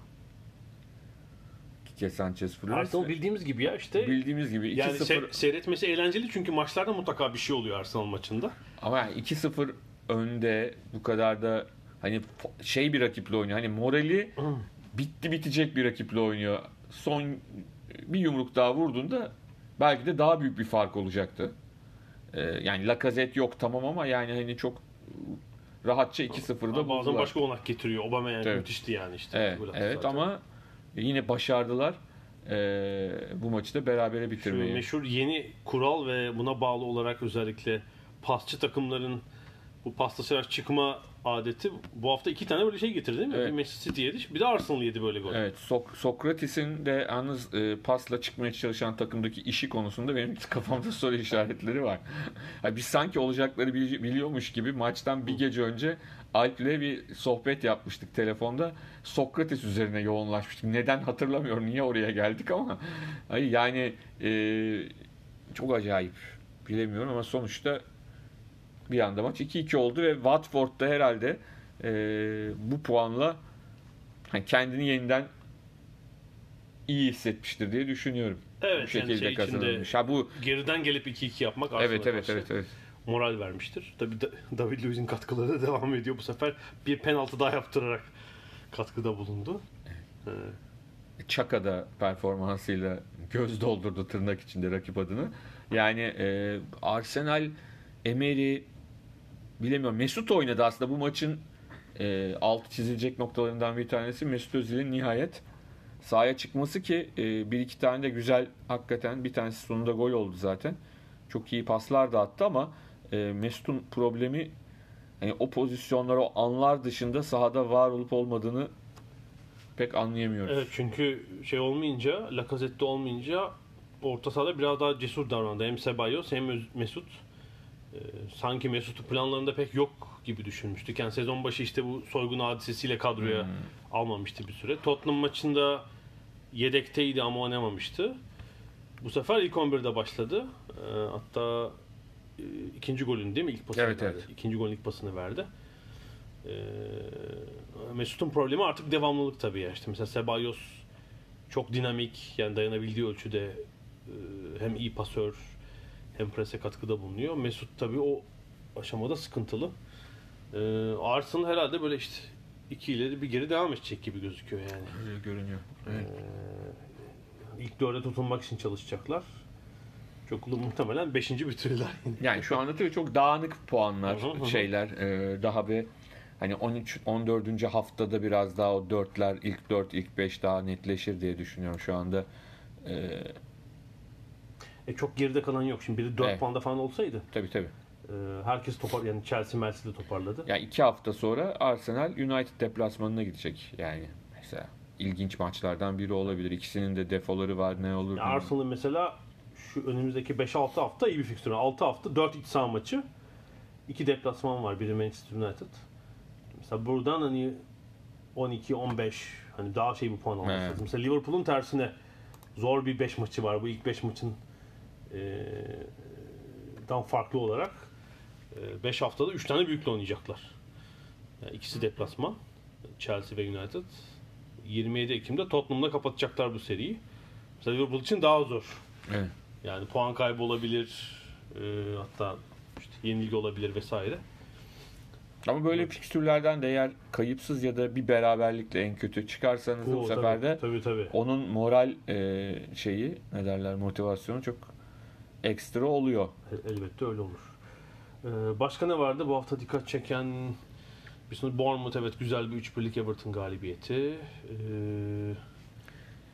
[SPEAKER 3] Kike Sanchez Flores.
[SPEAKER 2] Arsenal bildiğimiz gibi ya işte.
[SPEAKER 3] Bildiğimiz gibi iki
[SPEAKER 2] Yani
[SPEAKER 3] sıfır
[SPEAKER 2] se- seyretmesi eğlenceli çünkü maçlarda mutlaka bir şey oluyor Arsenal maçında.
[SPEAKER 3] ama yani iki sıfır önde bu kadar da hani şey bir rakiple oynuyor. Hani morali bitti bitecek bir rakiple oynuyor. Son bir yumruk daha vurduğunda belki de daha büyük bir fark olacaktı. Ee, yani Lacazette yok tamam ama yani hani çok rahatça iki sıfırda
[SPEAKER 2] Ama bazen
[SPEAKER 3] buldular.
[SPEAKER 2] başka onak getiriyor. Aubameyang
[SPEAKER 3] Evet.
[SPEAKER 2] müthişti yani işte.
[SPEAKER 3] Evet,
[SPEAKER 2] Gol attı
[SPEAKER 3] evet
[SPEAKER 2] zaten.
[SPEAKER 3] ama yine başardılar ee, bu maçı da berabere
[SPEAKER 2] Şu
[SPEAKER 3] bitirmeyi.
[SPEAKER 2] meşhur yeni kural ve buna bağlı olarak özellikle pasçı takımların bu paslaşarak çıkma adeti bu hafta iki tane böyle şey getirdi değil mi?
[SPEAKER 3] Evet.
[SPEAKER 2] Bir Manchester City yedi, bir de Arsenal yedi böyle gol.
[SPEAKER 3] Evet, Sok- Sokrates'in de yalnız e, pasla çıkmaya çalışan takımdaki işi konusunda benim kafamda soru işaretleri var. Yani biz sanki olacakları bili- biliyormuş gibi maçtan bir gece önce Alp'le bir sohbet yapmıştık telefonda. Sokrates üzerine yoğunlaşmıştık. Neden hatırlamıyorum, niye oraya geldik ama ay yani e, çok acayip. Bilemiyorum ama sonuçta bir anda maç iki iki oldu ve Watford'da herhalde e, bu puanla hani kendini yeniden iyi hissetmiştir diye düşünüyorum.
[SPEAKER 2] Evet,
[SPEAKER 3] Bu şekilde
[SPEAKER 2] yani şey
[SPEAKER 3] kazanılmış.
[SPEAKER 2] içinde
[SPEAKER 3] Ha bu
[SPEAKER 2] geriden gelip iki iki yapmak Arsenal'a
[SPEAKER 3] evet evet
[SPEAKER 2] karşı
[SPEAKER 3] evet evet.
[SPEAKER 2] moral vermiştir. Tabii da- David Luiz'in katkıları da devam ediyor. Bu sefer bir penaltı daha yaptırarak katkıda bulundu. Ee,
[SPEAKER 3] Chaka da performansıyla göz doldurdu tırnak içinde rakip adını. Yani e, Arsenal, Emery bilemiyorum. Mesut oynadı aslında bu maçın e, altı çizilecek noktalarından bir tanesi Mesut Özil'in nihayet sahaya çıkması ki e, bir iki tane de güzel hakikaten, bir tanesi sonunda gol oldu zaten. Çok iyi paslar da attı ama e, Mesut'un problemi hani o pozisyonlar, o anlar dışında sahada var olup olmadığını pek anlayamıyoruz.
[SPEAKER 2] evet çünkü şey olmayınca, Lacazette olmayınca orta sahada biraz daha cesur davrandı. Hem Ceballos hem Öz- Mesut. Ee, sanki Mesut'u planlarında pek yok gibi düşünmüştük. Yani sezon başı işte bu soygun hadisesiyle kadroya
[SPEAKER 3] Hmm.
[SPEAKER 2] almamıştı bir süre. Tottenham maçında yedekteydi ama oynamamıştı. Bu sefer ilk on birde başladı. Ee, hatta e, ikinci golün değil mi? İlk pasını
[SPEAKER 3] Evet,
[SPEAKER 2] verdi.
[SPEAKER 3] evet.
[SPEAKER 2] İkinci golün ilk pasını verdi. Ee, Mesut'un problemi artık devamlılık tabii ya. İşte mesela Ceballos çok dinamik, yani dayanabildiği ölçüde e, hem iyi pasör hem prese katkıda bulunuyor. Mesut tabii o aşamada sıkıntılı. Ee, Arsenal herhalde böyle işte iki ileri bir geri devam edecek gibi gözüküyor yani.
[SPEAKER 3] Öyle görünüyor. Evet.
[SPEAKER 2] Ee, ilk dörde tutunmak için çalışacaklar. Çok muhtemelen beşinci bitirirler.
[SPEAKER 3] Yani şu anda tabii çok dağınık puanlar,
[SPEAKER 2] Hı hı hı.
[SPEAKER 3] şeyler. Ee, daha bir hani on üç on dördüncü haftada biraz daha o dörtler, ilk dört, ilk beş daha netleşir diye düşünüyorum şu anda. Ee,
[SPEAKER 2] E çok geride kalan yok. Şimdi biri dört
[SPEAKER 3] Evet.
[SPEAKER 2] puanda falan olsaydı
[SPEAKER 3] tabii tabii.
[SPEAKER 2] e, herkes topar yani Chelsea Mercy de toparladı.
[SPEAKER 3] Yani iki hafta sonra Arsenal United deplasmanına gidecek. Yani mesela ilginç maçlardan biri olabilir. İkisinin de defoları var, ne olur.
[SPEAKER 2] Ya Arsenal'ın mesela şu önümüzdeki beş altı hafta iyi bir fikstürü. altı hafta dört iç saha maçı. iki deplasman var. Biri Manchester United. Mesela buradan hani on iki on beş hani daha şey bir puan alması
[SPEAKER 3] Evet.
[SPEAKER 2] lazım. Mesela Liverpool'un tersine zor bir beş maçı var. Bu ilk beş maçın eee dan farklı olarak beş haftada üç tane büyükle oynayacaklar. Yani ikisi deplasman. Chelsea ve United. yirmi yedi Ekim'de Tottenham'la kapatacaklar bu seriyi. Mesela Liverpool için daha zor.
[SPEAKER 3] Evet.
[SPEAKER 2] Yani puan kaybı olabilir. eee, hatta işte yenilgi olabilir vesaire.
[SPEAKER 3] Ama böyle fikstürlerden de eğer kayıpsız ya da bir beraberlikle en kötü çıkarsanız da bu
[SPEAKER 2] Oo,
[SPEAKER 3] sefer de
[SPEAKER 2] tabii, tabii, tabii.
[SPEAKER 3] onun moral e, şeyi, ne derler, motivasyonu çok ekstra oluyor.
[SPEAKER 2] El- Elbette öyle olur. Ee, başka ne vardı? Bu hafta dikkat çeken bir sonu Bournemouth, evet, güzel bir üç birlik Everton galibiyeti. Ee,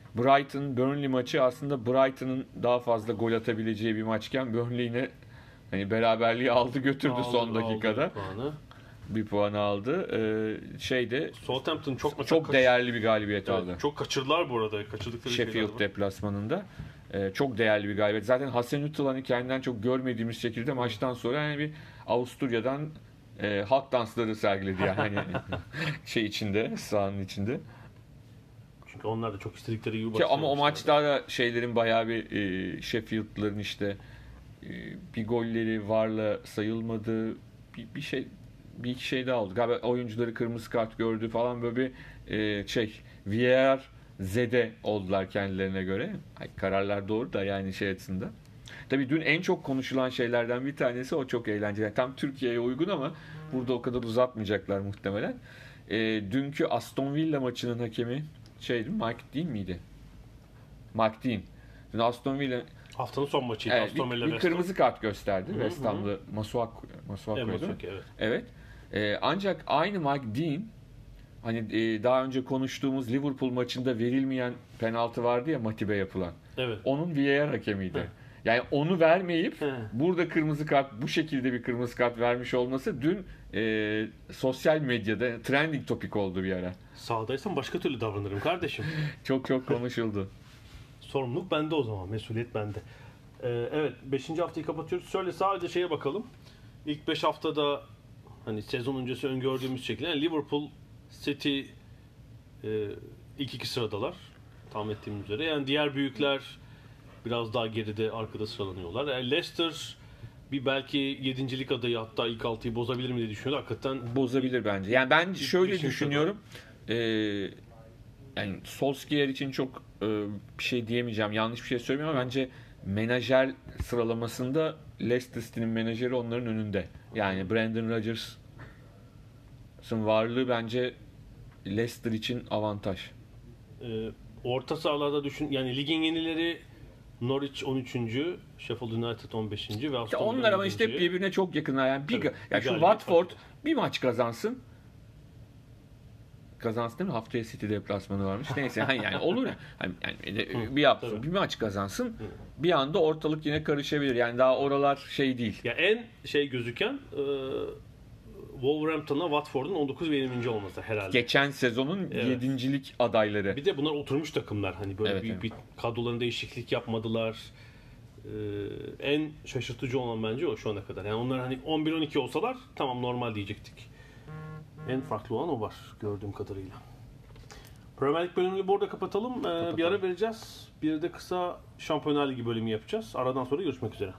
[SPEAKER 3] Brighton Burnley maçı aslında Brighton'ın daha fazla gol atabileceği bir maçken Burnley yine Hani beraberliği aldı götürdü
[SPEAKER 2] Aldı,
[SPEAKER 3] son dakikada.
[SPEAKER 2] aldı puanı.
[SPEAKER 3] Bir puan aldı. Ee, şeyde
[SPEAKER 2] Southampton çok
[SPEAKER 3] çok,
[SPEAKER 2] çok
[SPEAKER 3] değerli bir galibiyet
[SPEAKER 2] evet,
[SPEAKER 3] aldı.
[SPEAKER 2] çok kaçırdılar bu arada. Kaçırdıkları
[SPEAKER 3] Sheffield deplasmanında. Ee, çok değerli bir galibiyet. Zaten Hasenhüttl hani kendinden çok görmediğimiz şekilde maçtan sonra yani bir Avusturya'dan e, halk dansları sergiledi yani hani şey içinde, sahanın içinde.
[SPEAKER 2] Çünkü onlar da çok istedikleri gibi
[SPEAKER 3] Ki ama o
[SPEAKER 2] başlamışlar.
[SPEAKER 3] maçta da şeylerin bayağı bir e, Sheffield'ların işte e, bir golleri varla sayılmadı. Bir, bir şey bir iki şey daha oldu. Galiba oyuncuları kırmızı kart gördü falan böyle bir e, şey V A R zede oldular kendilerine göre. Ay, kararlar doğru da yani şey açısından. Tabii dün en çok konuşulan şeylerden bir tanesi o çok eğlenceli. Tam Türkiye'ye uygun ama burada o kadar uzatmayacaklar muhtemelen. E, dünkü Aston Villa maçının hakemi şeydi, Mike Dean miydi? Mike Dean. Dün Aston Villa
[SPEAKER 2] Haftanın son maçıydı.
[SPEAKER 3] evet,
[SPEAKER 2] Aston
[SPEAKER 3] bir,
[SPEAKER 2] Villa
[SPEAKER 3] bir
[SPEAKER 2] West Ham.
[SPEAKER 3] kırmızı kart gösterdi.
[SPEAKER 2] Hı hı,
[SPEAKER 3] West Ham'lı Masuaku, Masuaku'ydu.
[SPEAKER 2] Evet,
[SPEAKER 3] değil mi?
[SPEAKER 2] Masuaku, evet.
[SPEAKER 3] Evet. Ee, ancak aynı Mike Dean hani e, daha önce konuştuğumuz Liverpool maçında verilmeyen penaltı vardı ya Matip'e yapılan.
[SPEAKER 2] Evet.
[SPEAKER 3] Onun V A R hakemiydi.
[SPEAKER 2] Hı.
[SPEAKER 3] Yani onu vermeyip
[SPEAKER 2] Hı.
[SPEAKER 3] burada kırmızı kart, bu şekilde bir kırmızı kart vermiş olması dün e, sosyal medyada trending topic oldu bir ara.
[SPEAKER 2] Sahadaysam başka türlü davranırım kardeşim.
[SPEAKER 3] Çok çok konuşuldu.
[SPEAKER 2] Sorumluluk bende o zaman. Mesuliyet bende. Ee, evet. beşinci haftayı kapatıyoruz. Şöyle sadece şeye bakalım. İlk beş haftada hani sezon öncesi öngördüğümüz şekilde yani Liverpool, City e, ilk iki sıradalar. Tahmin ettiğimiz üzere. Yani diğer büyükler biraz daha geride, arkada sıralanıyorlar. Yani Leicester bir belki yedincilik adayı, hatta ilk altıyı bozabilir mi diye düşünüyordu. Hakikaten
[SPEAKER 3] Bozabilir bence. Yani ben şöyle
[SPEAKER 2] beşinci
[SPEAKER 3] düşünüyorum. Ee, yani Solskjaer için çok e, bir şey diyemeyeceğim. Yanlış bir şey söylemiyorum ama bence menajer sıralamasında Leicester City'nin menajeri onların önünde. Yani Brendan Rodgers'ın varlığı bence Leicester için avantaj.
[SPEAKER 2] e, orta sahalarda düşün, yani ligin yenileri Norwich on üçüncü, Sheffield United on beşinci ve Aston
[SPEAKER 3] Ya
[SPEAKER 2] Villa
[SPEAKER 3] onlar ama işte hep
[SPEAKER 2] yedinci.
[SPEAKER 3] birbirine çok yakınlar. Yani bir,
[SPEAKER 2] Tabii,
[SPEAKER 3] yani
[SPEAKER 2] bir
[SPEAKER 3] şu
[SPEAKER 2] galibiyet
[SPEAKER 3] Watford
[SPEAKER 2] farkı.
[SPEAKER 3] bir maç kazansın. Kazansın değil mi? Haftaya City deplasmanı varmış. Neyse hani yani olur ya. Hani yani
[SPEAKER 2] Hı,
[SPEAKER 3] bir hafta
[SPEAKER 2] tabii.
[SPEAKER 3] bir maç kazansın. Bir anda ortalık yine karışabilir. Yani daha oralar şey değil.
[SPEAKER 2] Ya en şey gözüken e, Wolverhampton'la Watford'un on dokuz ve yirminci olması herhalde.
[SPEAKER 3] Geçen sezonun
[SPEAKER 2] Evet.
[SPEAKER 3] yedincilik adayları.
[SPEAKER 2] Bir de bunlar oturmuş takımlar. Hani böyle
[SPEAKER 3] Evet,
[SPEAKER 2] büyük
[SPEAKER 3] evet.
[SPEAKER 2] bir kadrolarında değişiklik yapmadılar. Ee, en şaşırtıcı olan bence o şu ana kadar. Yani onlar hani on bir on iki olsalar tamam normal diyecektik. En farklı olan o var gördüğüm kadarıyla. Premier Lig bölümünü burada kapatalım. Ee, bir ara vereceğiz. Bir de kısa Şampiyonlar Ligi bölümü yapacağız. Aradan sonra görüşmek üzere.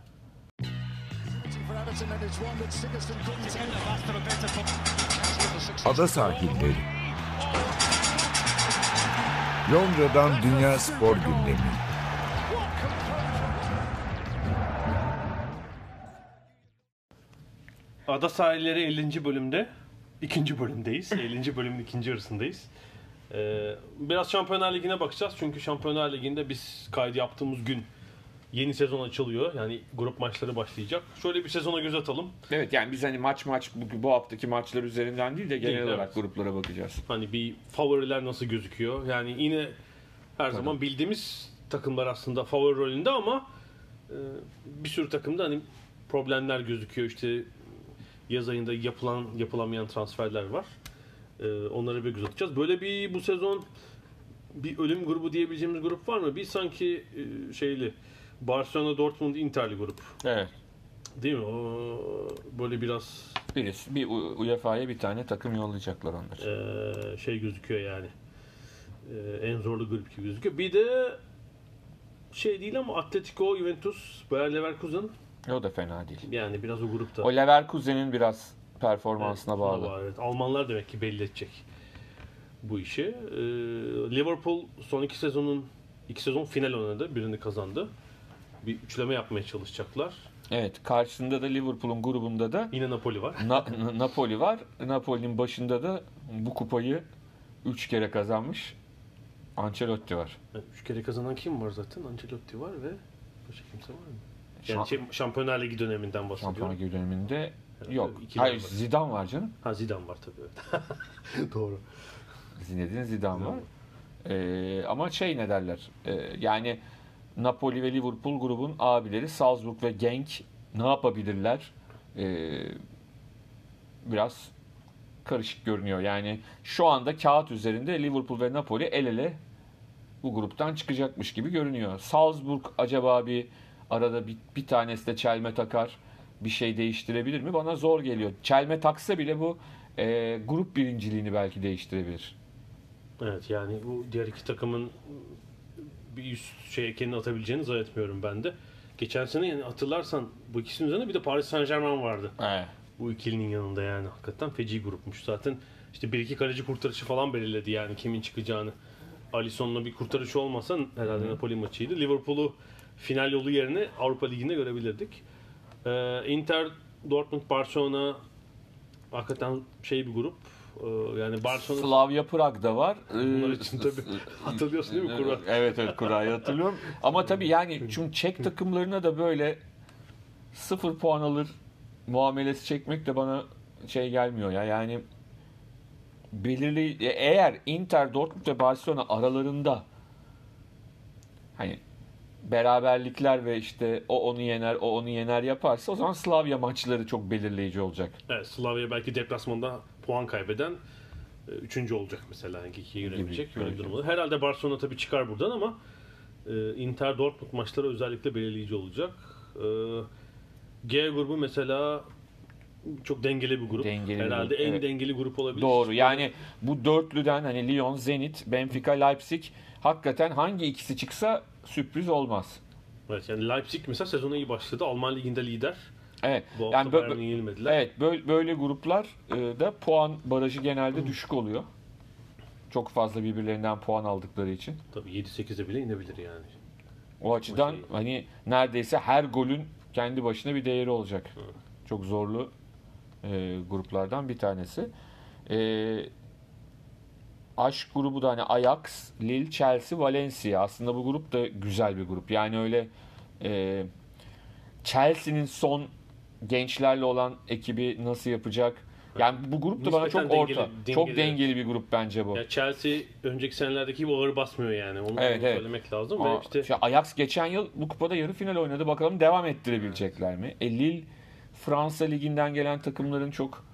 [SPEAKER 1] Ada sahilleri. Londra'dan Dünya Spor Gündemi.
[SPEAKER 2] Ada Sahilleri ellinci bölümde, ikinci bölümdeyiz. ellinci bölümün ikinci yarısındayız. Ee, biraz Şampiyonlar Ligi'ne bakacağız. Çünkü Şampiyonlar Ligi'nde biz kaydı yaptığımız gün yeni sezon açılıyor. Yani grup maçları başlayacak. Şöyle bir sezona göz atalım.
[SPEAKER 3] Evet yani biz hani maç maç bu, bu haftaki maçlar üzerinden değil de genel
[SPEAKER 2] Değil,
[SPEAKER 3] olarak
[SPEAKER 2] evet.
[SPEAKER 3] gruplara bakacağız.
[SPEAKER 2] Hani bir favoriler nasıl gözüküyor? Yani yine her zaman bildiğimiz takımlar aslında favori rolünde ama e, bir sürü takımda hani problemler gözüküyor. İşte yaz ayında yapılan yapılamayan transferler var. E, onları bir göz atacağız. Böyle bir bu sezon bir ölüm grubu diyebileceğimiz grup var mı? Bir sanki e, şeyli Barcelona, Dortmund, Inter'li grup.
[SPEAKER 3] Evet.
[SPEAKER 2] Değil mi? O böyle biraz
[SPEAKER 3] Birisi, bir U- U E F A'ya bir tane takım yollayacaklar onlar.
[SPEAKER 2] e, şey gözüküyor yani. E, en zorlu grup gibi gözüküyor. Bir de şey değil ama Atletico, Juventus, Bayer Leverkusen
[SPEAKER 3] O da fena değil.
[SPEAKER 2] yani biraz o grupta.
[SPEAKER 3] O Leverkusen'in biraz performansına
[SPEAKER 2] Evet,
[SPEAKER 3] bağlı.
[SPEAKER 2] var, evet. Almanlar demek ki belli edecek bu işi. Ee, Liverpool son iki sezonun iki sezon final oynadı. Birini kazandı. Bir üçleme yapmaya çalışacaklar.
[SPEAKER 3] Evet, karşısında da Liverpool'un grubunda da
[SPEAKER 2] Yine Napoli var.
[SPEAKER 3] Na- Na- Napoli var. Napoli'nin başında da bu kupayı üç kere kazanmış Ancelotti var.
[SPEAKER 2] Yani üç kere kazanan kim var zaten? Ancelotti var ve başka kimse var mı? Yani
[SPEAKER 3] Şam-
[SPEAKER 2] şey, Şampiyonlar Ligi döneminden
[SPEAKER 3] Şampiyonlar
[SPEAKER 2] bahsediyorum.
[SPEAKER 3] Ligi döneminde
[SPEAKER 2] Herhalde
[SPEAKER 3] yok.
[SPEAKER 2] ikiler
[SPEAKER 3] Hayır,
[SPEAKER 2] var.
[SPEAKER 3] Zidane var canım.
[SPEAKER 2] Ha Zidane var tabii. Evet. Doğru.
[SPEAKER 3] Zinedine Zidane var.
[SPEAKER 2] Zidane.
[SPEAKER 3] Ee, ama şey ne derler? Ee, yani Napoli ve Liverpool grubun abileri Salzburg ve Genk ne yapabilirler? Ee, biraz karışık görünüyor. Yani şu anda kağıt üzerinde Liverpool ve Napoli el ele bu gruptan çıkacakmış gibi görünüyor. Salzburg acaba bir arada bir, bir tanesi de çelme takar, bir şey değiştirebilir mi? Bana zor geliyor. Çelme taksa bile bu e, grup birinciliğini belki değiştirebilir.
[SPEAKER 2] Evet, yani bu diğer iki takımın bir üst şeye kendini atabileceğini zannetmiyorum ben de. Geçen sene yani hatırlarsan bu ikisinin üzerine bir de Paris Saint-Germain vardı.
[SPEAKER 3] Evet.
[SPEAKER 2] Bu ikilinin yanında yani hakikaten feci grupmuş. Zaten işte bir iki kaleci kurtarışı falan belirledi yani kimin çıkacağını. Alisson'la bir kurtarışı olmasa herhalde Napoli maçıydı. Liverpool'u final yolu yerine Avrupa Ligi'nde görebilirdik. Ee, Inter, Dortmund, Barcelona hakikaten şey bir grup. Ee, yani Barcelona...
[SPEAKER 3] Slavia Prag da var.
[SPEAKER 2] Bunlar için tabii hatırlıyorsun değil mi kura?
[SPEAKER 3] Evet evet kurayı hatırlıyorum. Ama tabii yani çünkü Çek takımlarına da böyle sıfır puan alır muamelesi çekmek de bana şey gelmiyor ya. Yani belirli eğer Inter, Dortmund ve Barcelona aralarında hani beraberlikler ve işte o onu yener, o onu yener yaparsa o zaman Slavia maçları çok belirleyici olacak.
[SPEAKER 2] Evet, Slavia belki deplasmanda puan kaybeden e, üçüncü olacak mesela. Yani ikiye girebilecek. Böyle bir durum olur. Herhalde Barcelona tabii çıkar buradan ama e, Inter Dortmund maçları özellikle belirleyici olacak. E, G grubu mesela çok dengeli bir grup.
[SPEAKER 3] Dengeli
[SPEAKER 2] herhalde
[SPEAKER 3] bir grup,
[SPEAKER 2] en
[SPEAKER 3] evet.
[SPEAKER 2] dengeli grup olabilir.
[SPEAKER 3] Doğru. Yani bu dörtlüden hani Lyon, Zenit, Benfica, Leipzig hakikaten hangi ikisi çıksa sürpriz olmaz.
[SPEAKER 2] Evet, yani Leipzig mesela sezona iyi başladı. Alman liginde lider.
[SPEAKER 3] Evet.
[SPEAKER 2] Bu hafta
[SPEAKER 3] Yani
[SPEAKER 2] Bayern'e yenilmediler.
[SPEAKER 3] Evet, böyle, böyle gruplar e, da puan barajı genelde düşük oluyor. Çok fazla birbirlerinden puan aldıkları için.
[SPEAKER 2] Tabii yedi sekize bile inebilir yani.
[SPEAKER 3] O açıdan
[SPEAKER 2] şey-
[SPEAKER 3] hani neredeyse her golün kendi başına bir değeri olacak. Çok zorlu e, gruplardan bir tanesi. E, Aşk grubu da hani Ajax, Lille, Chelsea, Valencia. Aslında bu grup da güzel bir grup. Yani öyle e, Chelsea'nin son gençlerle olan ekibi nasıl yapacak? Yani bu grup da bana
[SPEAKER 2] Nispeten
[SPEAKER 3] çok orta.
[SPEAKER 2] dengeli- dengeli,
[SPEAKER 3] çok
[SPEAKER 2] evet.
[SPEAKER 3] dengeli bir grup bence bu.
[SPEAKER 2] Ya Chelsea önceki senelerdeki gibi ağır basmıyor yani. Onu,
[SPEAKER 3] Evet,
[SPEAKER 2] onu
[SPEAKER 3] evet.
[SPEAKER 2] söylemek lazım.
[SPEAKER 3] Aa,
[SPEAKER 2] Ve işte
[SPEAKER 3] işte Ajax geçen yıl bu kupada yarı final oynadı. Bakalım devam ettirebilecekler mi? E, Lille Fransa liginden gelen takımların çok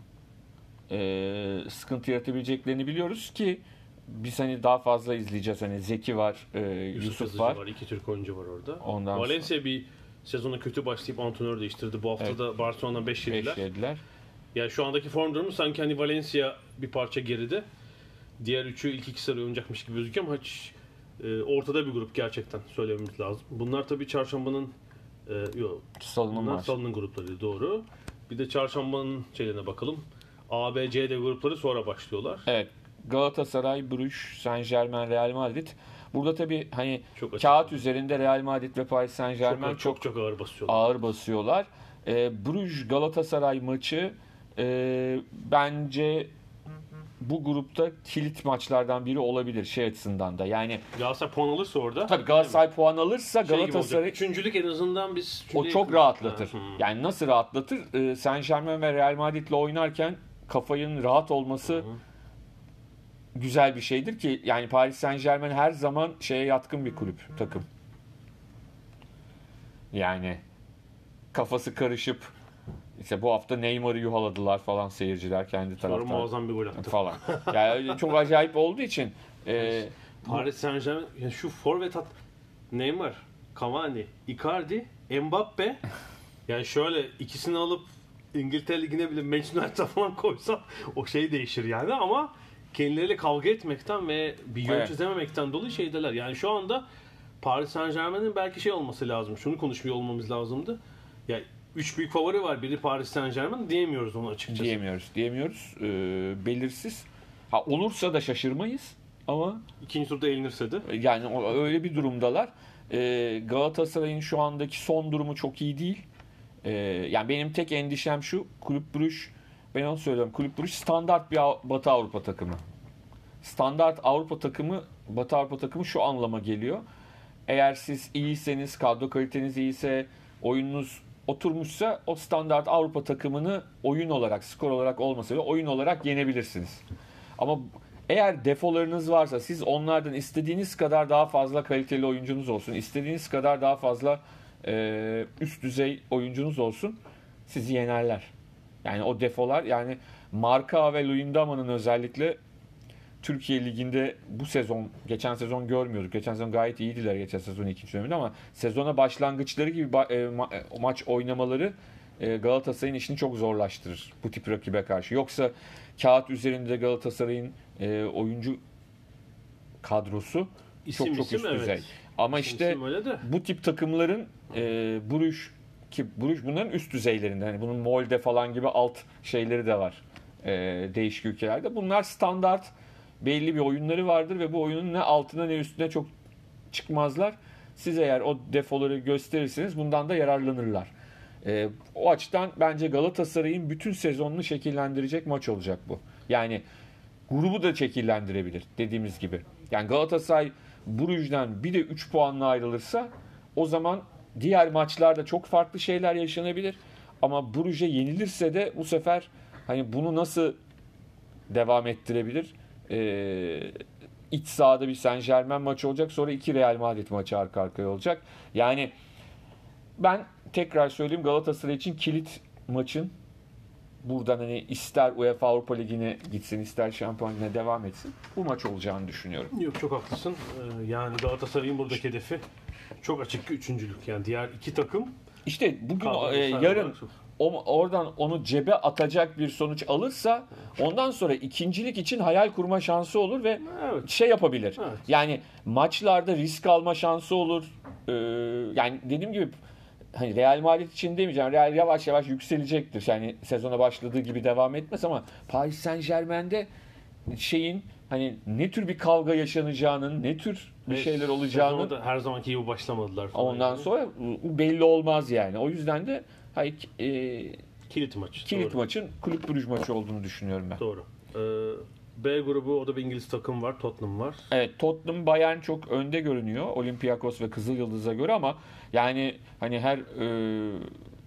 [SPEAKER 3] e, sıkıntı yaratabileceklerini biliyoruz ki biz hani daha fazla izleyeceğiz. Hani Zeki var, e,
[SPEAKER 2] Yusuf,
[SPEAKER 3] Yusuf
[SPEAKER 2] Yazıcı
[SPEAKER 3] var.
[SPEAKER 2] var. İki Türk oyuncu var orada.
[SPEAKER 3] Ondan
[SPEAKER 2] Valencia bir sezona kötü başlayıp antrenör değiştirdi. Bu hafta
[SPEAKER 3] Evet.
[SPEAKER 2] da Barcelona beş yediler.
[SPEAKER 3] beş yediler.
[SPEAKER 2] Yani şu andaki form durumu sanki hani Valencia bir parça geride. Diğer üçü ilk iki sıra oynayacakmış gibi gözüküyor ama hiç e, ortada bir grup gerçekten söylememiz lazım. Bunlar tabii çarşambanın e, yok.
[SPEAKER 3] Salınım
[SPEAKER 2] Bunlar
[SPEAKER 3] var.
[SPEAKER 2] salının grupları doğru. Bir de çarşambanın şeylerine bakalım. A, B, C, D grupları sonra başlıyorlar.
[SPEAKER 3] Evet. Galatasaray, Bruges, Saint-Germain, Real Madrid. Burada tabii hani
[SPEAKER 2] Çok açık.
[SPEAKER 3] kağıt üzerinde Real Madrid ve Paris Saint-Germain
[SPEAKER 2] çok,
[SPEAKER 3] çok,
[SPEAKER 2] çok çok ağır basıyorlar.
[SPEAKER 3] ağır basıyorlar. E, Bruges Galatasaray maçı e, bence bu grupta kilit maçlardan biri olabilir şey açısından da. Yani
[SPEAKER 2] Galatasaray puan alırsa orada.
[SPEAKER 3] tabii Galatasaray puan alırsa
[SPEAKER 2] şey
[SPEAKER 3] Galatasaray
[SPEAKER 2] üçüncülük en azından biz
[SPEAKER 3] o
[SPEAKER 2] üçüncüye-
[SPEAKER 3] çok rahatlatır.
[SPEAKER 2] Ha, hı.
[SPEAKER 3] Yani nasıl rahatlatır? E, Saint-Germain ve Real Madrid'le oynarken kafanın rahat olması güzel bir şeydir ki yani Paris Saint-Germain her zaman şeye yatkın bir kulüp, takım. Yani kafası karışıp işte bu hafta Neymar'ı yuhaladılar falan seyirciler kendi
[SPEAKER 2] Sonra
[SPEAKER 3] taraftan
[SPEAKER 2] muazzam bir gol attı.
[SPEAKER 3] falan. Yani çok acayip olduğu için e,
[SPEAKER 2] Paris Saint-Germain yani şu forvet hat Neymar, Cavani, Icardi, Mbappe yani şöyle ikisini alıp İngiltere Ligi'ne bile Manchester United'a falan koysa o şey değişir yani ama kendileriyle kavga etmekten ve bir yön
[SPEAKER 3] Evet.
[SPEAKER 2] çizememekten dolayı şeydeler. Yani şu anda Paris Saint-Germain'in belki şey olması lazım. Şunu konuşmuyor olmamız lazımdı. Ya üç büyük favori var. Biri Paris Saint-Germain diyemiyoruz onu açıkçası.
[SPEAKER 3] diyemiyoruz. Diyemiyoruz. E, belirsiz. Ha olursa da şaşırmayız ama
[SPEAKER 2] İkinci turda elinirse de.
[SPEAKER 3] yani o- öyle bir durumdalar. E, Galatasaray'ın şu andaki son durumu çok iyi değil. E, yani benim tek endişem şu. Kulüp Brugge, ben onu söylüyorum. Kulüp Brugge standart bir Av- Batı Avrupa takımı. Standart Avrupa takımı, Batı Avrupa takımı şu anlama geliyor. Eğer siz iyiyseniz, kadro kaliteniz iyiyse, oyununuz oturmuşsa o standart Avrupa takımını oyun olarak, skor olarak olmasa bile oyun olarak yenebilirsiniz. Ama eğer defolarınız varsa siz onlardan istediğiniz kadar daha fazla kaliteli oyuncunuz olsun, istediğiniz kadar daha fazla e, üst düzey oyuncunuz olsun, sizi yenerler. Yani o defolar, yani Marka ve Luyendama'nın özellikle Türkiye Ligi'nde bu sezon, geçen sezon görmüyorduk. Geçen sezon gayet iyiydiler, geçen sezon ikinci döneminde, ama sezona başlangıçları gibi ba- e, ma- e, maç oynamaları e, Galatasaray'ın işini çok zorlaştırır bu tip rakibe karşı. Yoksa kağıt üzerinde Galatasaray'ın e, oyuncu kadrosu
[SPEAKER 2] İsim,
[SPEAKER 3] çok çok
[SPEAKER 2] isim,
[SPEAKER 3] üst
[SPEAKER 2] evet.
[SPEAKER 3] düzey. Ama
[SPEAKER 2] İsim,
[SPEAKER 3] işte
[SPEAKER 2] isim öyle de.
[SPEAKER 3] bu tip takımların e, Bruges, ki Bruges bunların üst düzeylerinde. Yani bunun Molde falan gibi alt şeyleri de var. E, değişik ülkelerde. Bunlar standart belli bir oyunları vardır ve bu oyunun ne altına ne üstüne çok çıkmazlar. Siz eğer o defoları gösterirseniz bundan da yararlanırlar. E, o açıdan bence Galatasaray'ın bütün sezonunu şekillendirecek maç olacak bu. Yani grubu da şekillendirebilir dediğimiz gibi. Yani Galatasaray Bruges'den bir de üç puanla ayrılırsa o zaman diğer maçlarda çok farklı şeyler yaşanabilir. Ama Bruges'e yenilirse de bu sefer hani bunu nasıl devam ettirebilir? Ee, iç sahada bir Saint-Germain maçı olacak. Sonra iki Real Madrid maçı arka arkaya olacak. Yani ben tekrar söyleyeyim, Galatasaray için kilit maçın buradan hani ister UEFA Avrupa Ligi'ne gitsin, ister Şampiyon Ligi'ne devam etsin, bu maç olacağını düşünüyorum.
[SPEAKER 2] Yok, çok haklısın. Ee, yani Galatasaray'ın buradaki hedefi çok açık ki üçüncülük. Yani diğer iki takım
[SPEAKER 3] İşte bugün
[SPEAKER 2] Kadro
[SPEAKER 3] e,
[SPEAKER 2] sayı
[SPEAKER 3] yarın
[SPEAKER 2] olarak çok-
[SPEAKER 3] o, oradan onu cebe atacak bir sonuç alırsa ondan sonra ikincilik için hayal kurma şansı olur ve
[SPEAKER 2] Evet.
[SPEAKER 3] şey yapabilir.
[SPEAKER 2] Evet.
[SPEAKER 3] Yani maçlarda risk alma şansı olur. Ee, yani dediğim gibi hani Real Madrid için demeyeceğim. Real yavaş yavaş yükselecektir. Yani sezona başladığı gibi devam etmez ama Paris Saint-Germain'de şeyin hani ne tür bir kavga yaşanacağının, ne tür bir
[SPEAKER 2] Ve
[SPEAKER 3] şeyler
[SPEAKER 2] sezona
[SPEAKER 3] olacağını
[SPEAKER 2] da her zamanki gibi başlamadılar falan.
[SPEAKER 3] ondan
[SPEAKER 2] yani.
[SPEAKER 3] sonra belli olmaz yani. O yüzden de hayır, e,
[SPEAKER 2] Kilit maç.
[SPEAKER 3] kilit
[SPEAKER 2] doğru.
[SPEAKER 3] maçın Kulüp Brugge maçı olduğunu düşünüyorum ben.
[SPEAKER 2] Doğru. Ee, B grubu, o da bir İngiliz takım var. Tottenham var.
[SPEAKER 3] Evet, Tottenham, Bayern çok önde görünüyor Olympiakos ve Kızıl Yıldız'a göre, ama yani hani her e,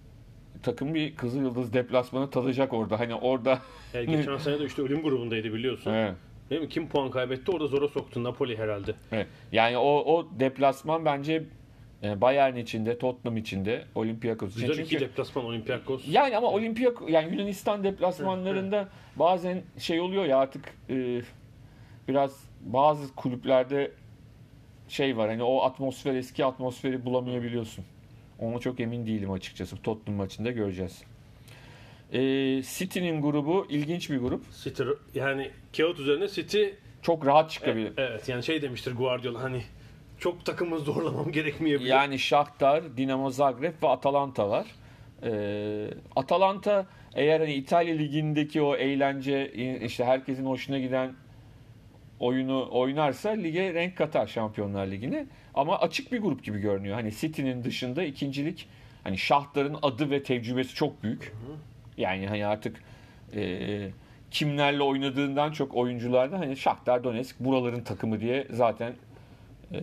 [SPEAKER 3] takım bir Kızıl Yıldız deplasmanı tadacak orada. Hani orada
[SPEAKER 2] Yani geçen sene de işte ölüm grubundaydı biliyorsun.
[SPEAKER 3] evet,
[SPEAKER 2] Değil mi? Kim puan kaybetti? Orada zora soktu. Napoli herhalde.
[SPEAKER 3] evet. Yani o o deplasman bence e, Bayern içinde, Tottenham içinde, Olympiakos için.
[SPEAKER 2] Güzel iki
[SPEAKER 3] Çünkü
[SPEAKER 2] deplasman Olympiakos.
[SPEAKER 3] yani ama Olimpiyak, yani Yunanistan deplasmanlarında bazen şey oluyor ya artık, e, biraz bazı kulüplerde şey var, hani o atmosfer, eski atmosferi bulamayabiliyorsun. Ona çok emin değilim açıkçası. Tottenham maçında göreceğiz. E, City'nin grubu ilginç bir grup.
[SPEAKER 2] City, yani kağıt üzerine City
[SPEAKER 3] Çok rahat çıkabilir.
[SPEAKER 2] evet, yani şey demiştir Guardiola, hani çok takımı zorlamam gerekmeyebilir.
[SPEAKER 3] Yani Shakhtar, Dinamo Zagreb ve Atalanta var. Ee, Atalanta eğer hani İtalya Ligi'ndeki o eğlence, işte herkesin hoşuna giden oyunu oynarsa lige renk katar Şampiyonlar Ligi'ne. Ama açık bir grup gibi görünüyor. Hani City'nin dışında ikincilik, hani Shakhtar'ın adı ve tecrübesi çok büyük. Yani hani artık e, kimlerle oynadığından çok oyuncularda hani Shakhtar Donetsk buraların takımı diye zaten e,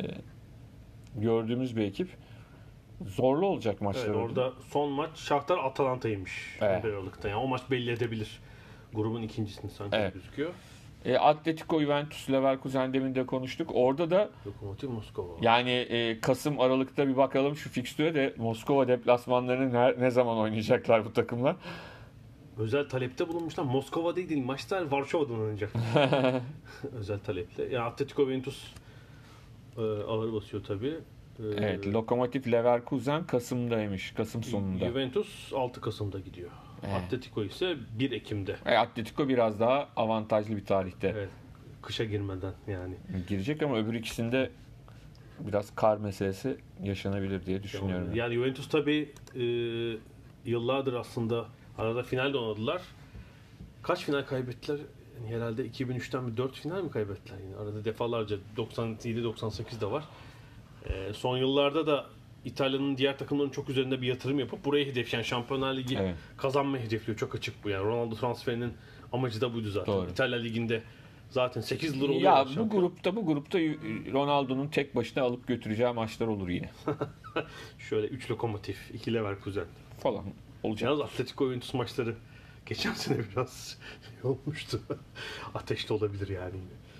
[SPEAKER 3] gördüğümüz bir ekip. Zorlu olacak maçlar.
[SPEAKER 2] Evet, orada son maç Shakhtar Atalanta'ymış.
[SPEAKER 3] Evet.
[SPEAKER 2] on bir Aralık'ta. Yani o maç belli edebilir. Grubun ikincisini sanki
[SPEAKER 3] Evet.
[SPEAKER 2] gözüküyor.
[SPEAKER 3] E, Atletico, Juventus, Leverkusen demin de konuştuk. Orada da
[SPEAKER 2] Lokomotiv Moskova.
[SPEAKER 3] yani e, Kasım, Aralık'ta bir bakalım şu fikstüre de, Moskova deplasmanlarını ne, ne zaman oynayacaklar bu takımlar.
[SPEAKER 2] Özel talepte bulunmuşlar. Moskova değil, değil maçlar Varşova'dan oynanacak. Özel taleple. Yani Atletico Juventus e, ağır basıyor tabii. E,
[SPEAKER 3] Evet, Lokomotiv Leverkusen Kasım'daymış. Kasım sonunda.
[SPEAKER 2] Juventus altı Kasım'da gidiyor.
[SPEAKER 3] Evet.
[SPEAKER 2] Atletico ise bir Ekim'de.
[SPEAKER 3] E, Atletico biraz daha avantajlı bir tarihte
[SPEAKER 2] Evet. Kışa girmeden yani.
[SPEAKER 3] girecek, ama öbür ikisinde biraz kar meselesi yaşanabilir diye düşünüyorum.
[SPEAKER 2] Yani Juventus tabii e, yıllardır aslında arada final de oynadılar. Kaç final kaybettiler? Yani herhalde iki bin üçten bir dört final mi kaybettiler? Yani arada defalarca doksan yedi doksan sekiz de var. E, son yıllarda da İtalya'nın diğer takımların çok üzerinde bir yatırım yapıp buraya hedefleyen, Şampiyonlar Ligi
[SPEAKER 3] Evet.
[SPEAKER 2] kazanmayı hedefliyor. Çok açık bu yani. Ronaldo transferinin amacı da buydu zaten.
[SPEAKER 3] Doğru.
[SPEAKER 2] İtalya Ligi'nde zaten sekiz yıldır oluyor.
[SPEAKER 3] Ya bu
[SPEAKER 2] şampiyon.
[SPEAKER 3] grupta bu grupta Ronaldo'nun tek başına alıp götüreceği maçlar olur yine
[SPEAKER 2] Şöyle üç Lokomotiv, iki Leverkusen.
[SPEAKER 3] falan olacak.
[SPEAKER 2] Yalnız Atletico Juventus maçları geçen sene biraz şey olmuştu. Ateşli olabilir yani.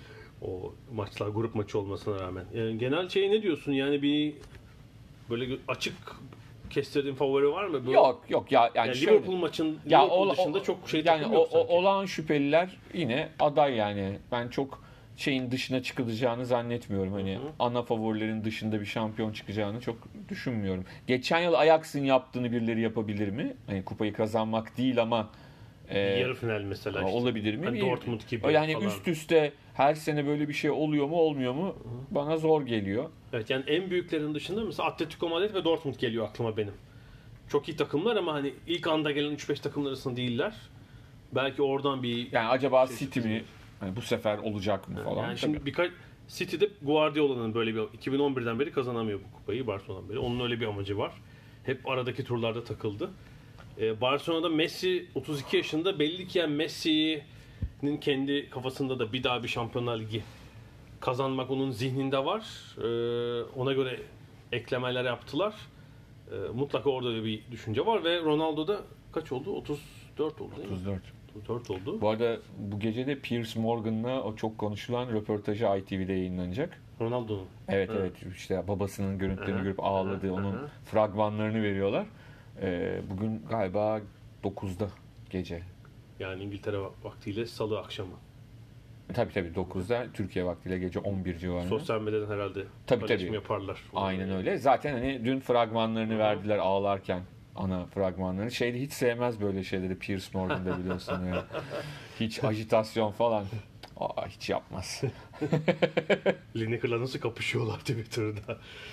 [SPEAKER 2] O maçlar grup maçı olmasına rağmen. Yani genel şey ne diyorsun? Yani bir böyle açık kestirdiğin favori var mı? Bu,
[SPEAKER 3] Yok yok ya yani
[SPEAKER 2] yani
[SPEAKER 3] şöyle,
[SPEAKER 2] Liverpool maçın
[SPEAKER 3] ya
[SPEAKER 2] Liverpool
[SPEAKER 3] o-
[SPEAKER 2] dışında
[SPEAKER 3] o-
[SPEAKER 2] çok şey
[SPEAKER 3] yani
[SPEAKER 2] takım
[SPEAKER 3] o,
[SPEAKER 2] yok
[SPEAKER 3] o,
[SPEAKER 2] sanki.
[SPEAKER 3] olağan şüpheliler yine aday yani. Ben çok şeyin dışına çıkılacağını zannetmiyorum. Hani
[SPEAKER 2] Hı hı.
[SPEAKER 3] ana favorilerin dışında bir şampiyon çıkacağını çok düşünmüyorum. Geçen yıl Ajax'ın yaptığını birileri yapabilir mi? Hani kupayı kazanmak değil ama e,
[SPEAKER 2] Yarı final mesela işte.
[SPEAKER 3] olabilir mi?
[SPEAKER 2] Hani
[SPEAKER 3] Bilmiyorum.
[SPEAKER 2] Dortmund gibi
[SPEAKER 3] Öyle hani
[SPEAKER 2] falan.
[SPEAKER 3] üst üste her sene böyle bir şey oluyor mu olmuyor mu bana zor geliyor.
[SPEAKER 2] Evet, yani en büyüklerin dışında mesela Atletico Madrid ve Dortmund geliyor aklıma benim. Çok iyi takımlar ama hani ilk anda gelen üç beş takımlar arasında değiller. Belki oradan bir
[SPEAKER 3] Yani acaba
[SPEAKER 2] Şey
[SPEAKER 3] City mi hani bu sefer olacak mı falan.
[SPEAKER 2] yani şimdi
[SPEAKER 3] Tabii.
[SPEAKER 2] birkaç City'de Guardiola'nın böyle bir iki bin on birden beri kazanamıyor bu kupayı Barcelona'dan beri. Onun öyle bir amacı var. Hep aradaki turlarda takıldı. Ee, Barcelona'da Messi otuz iki yaşında, belli ki yani Messi'nin kendi kafasında da bir daha bir Şampiyonlar Ligi kazanmak onun zihninde var. Ee, ona göre eklemeler yaptılar. Ee, mutlaka orada da bir düşünce var ve Ronaldo'da kaç oldu? otuz dört oldu değil mi?
[SPEAKER 3] otuz dört.
[SPEAKER 2] otuz dört oldu.
[SPEAKER 3] Bu arada bu gece de Piers Morgan'la o çok konuşulan röportajı I T V'de yayınlanacak.
[SPEAKER 2] Ronaldo'nun.
[SPEAKER 3] Evet
[SPEAKER 2] Evet.
[SPEAKER 3] evet işte babasının görüntülerini
[SPEAKER 2] Aha,
[SPEAKER 3] görüp ağladığı
[SPEAKER 2] aha,
[SPEAKER 3] onun
[SPEAKER 2] aha.
[SPEAKER 3] fragmanlarını veriyorlar. Ee, bugün galiba dokuzda gece.
[SPEAKER 2] Yani İngiltere vaktiyle salı akşamı.
[SPEAKER 3] Tabii tabii dokuzda Türkiye vaktiyle gece on bir civarında.
[SPEAKER 2] Sosyal medyadan herhalde
[SPEAKER 3] Tabii,
[SPEAKER 2] paylaşım
[SPEAKER 3] tabii.
[SPEAKER 2] yaparlar.
[SPEAKER 3] Aynen öyle. Zaten hani dün fragmanlarını
[SPEAKER 2] Hı.
[SPEAKER 3] verdiler ağlarken, ana fragmanlarını. Şeyde hiç sevmez böyle şeyleri Piers Morgan da biliyorsun yani. Hiç ajitasyon falan. Aa, hiç yapmaz.
[SPEAKER 2] Lineker'la nasıl kapışıyorlar Twitter'da.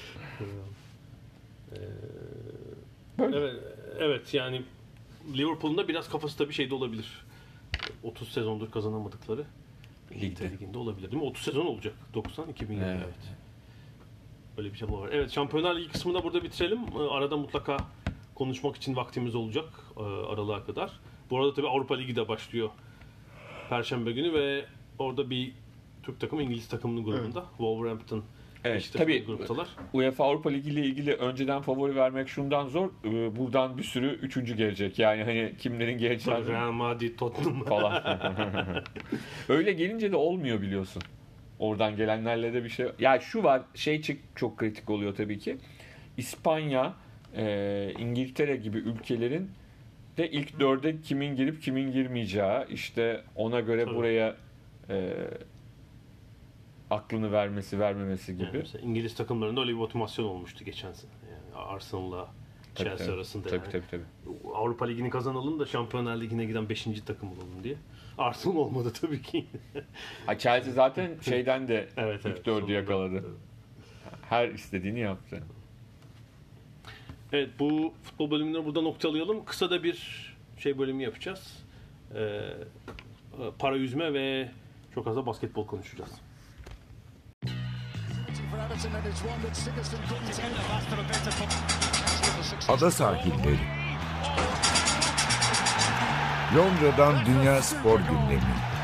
[SPEAKER 2] Ee,
[SPEAKER 3] Böyle.
[SPEAKER 2] evet, evet yani Liverpool'un da biraz kafası da bir şeyde olabilir. otuz sezondur kazanamadıkları İngiltere Ligi'nde olabilir değil mi? otuz sezon olacak. doksan iki bin yirmi
[SPEAKER 3] Evet.
[SPEAKER 2] evet. Öyle bir şey var. Evet, Şampiyonlar Ligi kısmını da burada bitirelim. Ee, Arada mutlaka konuşmak için vaktimiz olacak e, aralığa kadar. Bu arada tabii Avrupa Ligi de başlıyor Perşembe günü ve orada bir Türk takımı İngiliz takımının grubunda. Wolverhampton
[SPEAKER 3] Evet,
[SPEAKER 2] Beşiktaş
[SPEAKER 3] tabii
[SPEAKER 2] gruptalar.
[SPEAKER 3] UEFA Avrupa Ligi ile ilgili önceden favori vermek şundan zor. Ee, Buradan bir sürü üçüncü gelecek. Yani hani kimlerin geleceğini
[SPEAKER 2] Real Madrid, Tottenham
[SPEAKER 3] falan. Öyle gelince de olmuyor biliyorsun. Oradan gelenlerle de bir şey. Ya şu var, şey çık çok kritik oluyor tabii ki. İspanya, e, İngiltere gibi ülkelerin de ilk dörde kimin girip kimin girmeyeceği, işte ona göre
[SPEAKER 2] Tabii.
[SPEAKER 3] buraya e, aklını vermesi vermemesi gibi.
[SPEAKER 2] Yani mesela İngiliz takımlarında öyle bir otomasyon olmuştu geçen sene. Yani Arsenal'la
[SPEAKER 3] Tabii,
[SPEAKER 2] Chelsea
[SPEAKER 3] tabii.
[SPEAKER 2] arasında
[SPEAKER 3] Tabii,
[SPEAKER 2] yani.
[SPEAKER 3] tabii, tabii.
[SPEAKER 2] Avrupa Ligi'ni kazanalım da Şampiyonlar Ligi'ne giden beşinci takım olalım diye. Arsenal olmadı tabii ki.
[SPEAKER 3] Ha, Chelsea zaten şeyden de
[SPEAKER 2] Evet,
[SPEAKER 3] ilk
[SPEAKER 2] evet,
[SPEAKER 3] dördü
[SPEAKER 2] sonunda.
[SPEAKER 3] yakaladı. Her istediğini yaptı.
[SPEAKER 2] Evet, bu futbol bölümünü burada noktalayalım. Kısa da bir şey bölümü yapacağız. Ee, para yüzme ve çok az da basketbol konuşacağız.
[SPEAKER 1] Ada sahilleri. Londra'dan Dünya Spor Gündemi.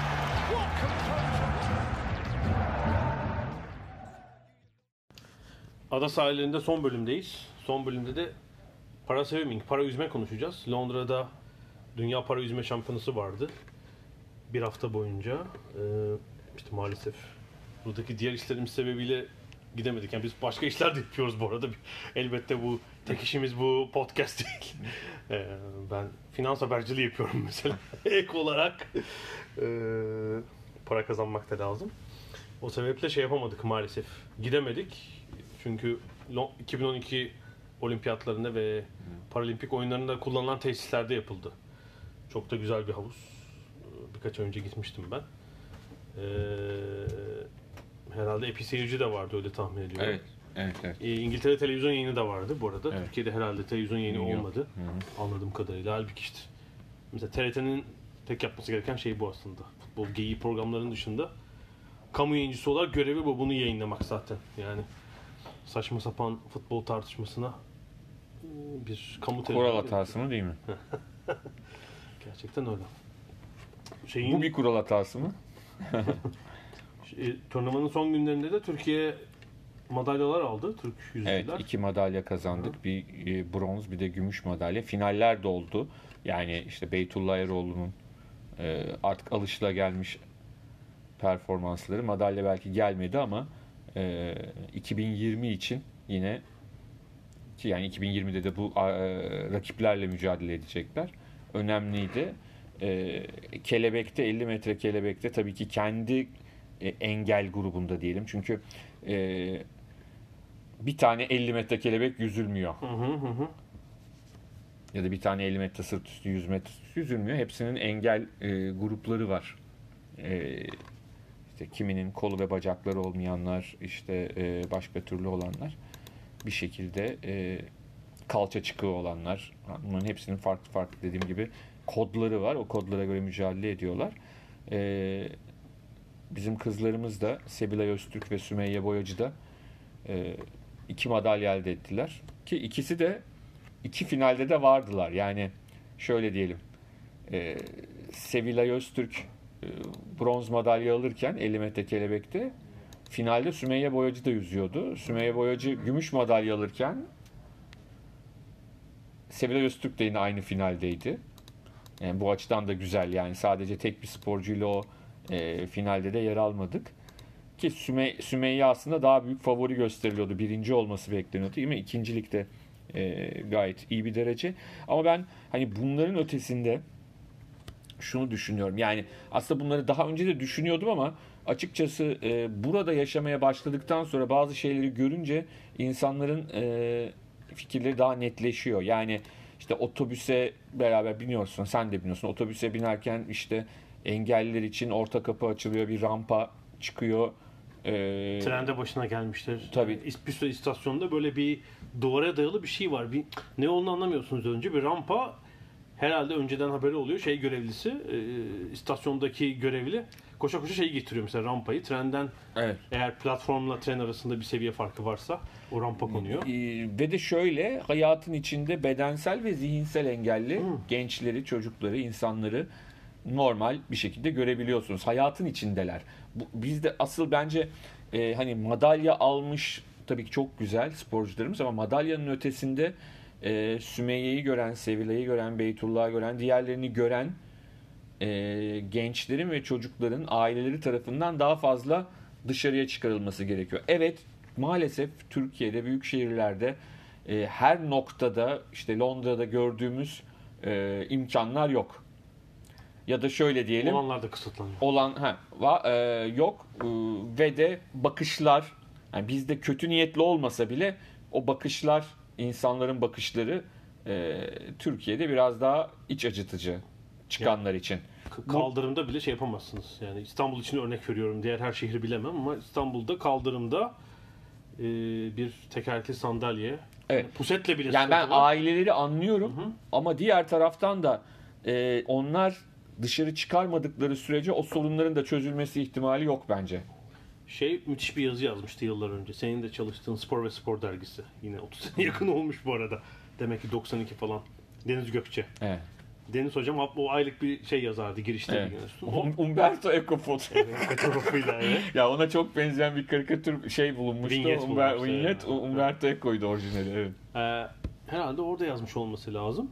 [SPEAKER 2] Ada sahillerinde son bölümdeyiz. Son bölümde de para swimming, para yüzme konuşacağız. Londra'da Dünya Para Yüzme Şampiyonası vardı. Bir hafta boyunca. Ee, işte maalesef buradaki diğer işlerimiz sebebiyle gidemedik. Yani biz başka işler de yapıyoruz bu arada. Elbette bu tek işimiz bu podcast değil. Ee, ben finans haberciliği yapıyorum mesela. Ek olarak ee, para kazanmak da lazım. O sebeple şey yapamadık maalesef. Gidemedik. Çünkü iki bin on iki olimpiyatlarında ve paralimpik oyunlarında kullanılan tesislerde yapıldı. Çok da güzel bir havuz. Birkaç ay önce gitmiştim ben. Ee, herhalde epey seyirci de vardı, öyle tahmin ediyorum.
[SPEAKER 3] Evet. Evet, evet.
[SPEAKER 2] Ee, İngiltere televizyon yayını da vardı bu arada.
[SPEAKER 3] Evet.
[SPEAKER 2] Türkiye'de herhalde televizyon yayını
[SPEAKER 3] Yok.
[SPEAKER 2] olmadı.
[SPEAKER 3] Hı-hı.
[SPEAKER 2] Anladığım kadarıyla. Halbuki işte mesela T R T'nin tek yapması gereken şey bu aslında. Futbol geyiği programların dışında kamu yayıncısı olarak görevi bu. Bunu yayınlamak zaten. Yani saçma sapan futbol tartışmasına bir kamu
[SPEAKER 3] Kural
[SPEAKER 2] televizyonu.
[SPEAKER 3] hatası mı değil mi?
[SPEAKER 2] Gerçekten öyle. Şeyin,
[SPEAKER 3] Bu bir kural hatası mı?
[SPEAKER 2] şey, turnuvanın son günlerinde de Türkiye madalyalar aldı. Türk yüzücüler.
[SPEAKER 3] Evet, iki madalya kazandık. Bir e, bronz, bir de gümüş madalya. Finaller de oldu. Yani işte Beytullah Eroğlu'nun e, artık alışılagelmiş performansları. Madalya belki gelmedi ama e, iki bin yirmi için yine ki yani iki bin yirmide de bu e, rakiplerle mücadele edecekler. Önemliydi. E, kelebekte elli metre kelebekte tabii ki kendi e, engel grubunda diyelim. Çünkü e, bir tane elli metre kelebek yüzülmüyor.
[SPEAKER 2] Hı hı hı. hı.
[SPEAKER 3] Ya da bir tane elli metre sırt üstü, yüz metre üstü yüzülmüyor. Hepsinin engel e, grupları var. E, işte kiminin kolu ve bacakları olmayanlar, işte e, başka türlü olanlar, bir şekilde e, kalça çıkığı olanlar. Bunların hepsinin farklı farklı dediğim gibi kodları var. O kodlara göre mücadele ediyorlar. E, bizim kızlarımız da Sevilay Öztürk ve Sümeyye Boyacı da e, iki madalya elde ettiler. Ki ikisi de iki finalde de vardılar. Yani şöyle diyelim. E, Sevilay Öztürk e, bronz madalya alırken elli metre kelebekte, finalde Sümeyye Boyacı da yüzüyordu. Sümeyye Boyacı gümüş madalya alırken Sevilay Öztürk de yine aynı finaldeydi. Yani bu açıdan da güzel. Yani sadece tek bir sporcuyla o e, finalde de yer almadık. Ki Süme, Sümeyye aslında daha büyük favori gösteriliyordu. Birinci olması bekleniyordu. Değil mi? İkincilikte e, gayet iyi bir derece. Ama ben hani bunların ötesinde şunu düşünüyorum. Yani aslında bunları daha önce de düşünüyordum ama açıkçası e, burada yaşamaya başladıktan sonra bazı şeyleri görünce insanların e, fikirleri daha netleşiyor. Yani işte otobüse beraber biniyorsun, sen de biniyorsun. Otobüse binerken işte engelliler için orta kapı açılıyor, bir rampa çıkıyor. E,
[SPEAKER 2] Trende başına gelmiştir.
[SPEAKER 3] Tabii.
[SPEAKER 2] Bir sürü istasyonda böyle bir duvara dayalı bir şey var. Bir ne olduğunu anlamıyorsunuz önce. Bir rampa, herhalde önceden haberi oluyor. Şey görevlisi, e, istasyondaki görevli koşa koşa şeyi getiriyor mesela, rampayı. Trenden
[SPEAKER 3] evet.
[SPEAKER 2] eğer platformla tren arasında bir seviye farkı varsa o rampa konuyor.
[SPEAKER 3] E, ve de şöyle, hayatın içinde bedensel ve zihinsel engelli
[SPEAKER 2] Hı.
[SPEAKER 3] gençleri, çocukları, insanları normal bir şekilde görebiliyorsunuz. Hayatın içindeler. Bu, bizde asıl bence e, hani madalya almış tabii ki çok güzel sporcularımız ama madalyanın ötesinde e, Sümeyye'yi gören, Sevilay'ı gören, Beytullah'ı gören, diğerlerini gören e, gençlerin ve çocukların aileleri tarafından daha fazla dışarıya çıkarılması gerekiyor. Evet, maalesef Türkiye'de, büyük şehirlerde e, her noktada, işte Londra'da gördüğümüz e, imkanlar yok. Ya da şöyle diyelim,
[SPEAKER 2] Olanlar da kısıtlanıyor.
[SPEAKER 3] olan ha va, e, yok e, ve de bakışlar, yani bizde kötü niyetli olmasa bile o bakışlar, insanların bakışları e, Türkiye'de biraz daha iç acıtıcı çıkanlar için.
[SPEAKER 2] K- Kaldırımda bile şey yapamazsınız. Yani İstanbul için örnek veriyorum. Diğer her şehri bilemem ama İstanbul'da kaldırımda e, bir tekerlekli sandalye,
[SPEAKER 3] Evet.
[SPEAKER 2] pusetle bile
[SPEAKER 3] Yani ben
[SPEAKER 2] sıkıntı var.
[SPEAKER 3] aileleri anlıyorum,
[SPEAKER 2] Hı hı.
[SPEAKER 3] ama diğer taraftan da e, onlar dışarı çıkarmadıkları sürece o sorunların da çözülmesi ihtimali yok bence.
[SPEAKER 2] Şey, müthiş bir yazı yazmıştı yıllar önce. Senin de çalıştığın Spor ve Spor dergisi. Yine otuz sene yakın olmuş bu arada. Demek ki doksan iki falan. Deniz Gökçe.
[SPEAKER 3] Evet.
[SPEAKER 2] Deniz hocam o aylık bir şey yazardı girişte.
[SPEAKER 3] Evet.
[SPEAKER 2] Bir gün üstü.
[SPEAKER 3] Um- Umberto Eco foto.
[SPEAKER 2] Fotoğrafıyla, evet.
[SPEAKER 3] Ya ona çok benzeyen bir karikatür şey bulunmuştu.
[SPEAKER 2] Vignette
[SPEAKER 3] Umber,
[SPEAKER 2] bulmuştu,
[SPEAKER 3] Vignette,
[SPEAKER 2] yani.
[SPEAKER 3] Umberto Eco'ydu orijinali. Evet.
[SPEAKER 2] Ee, herhalde orada yazmış olması lazım.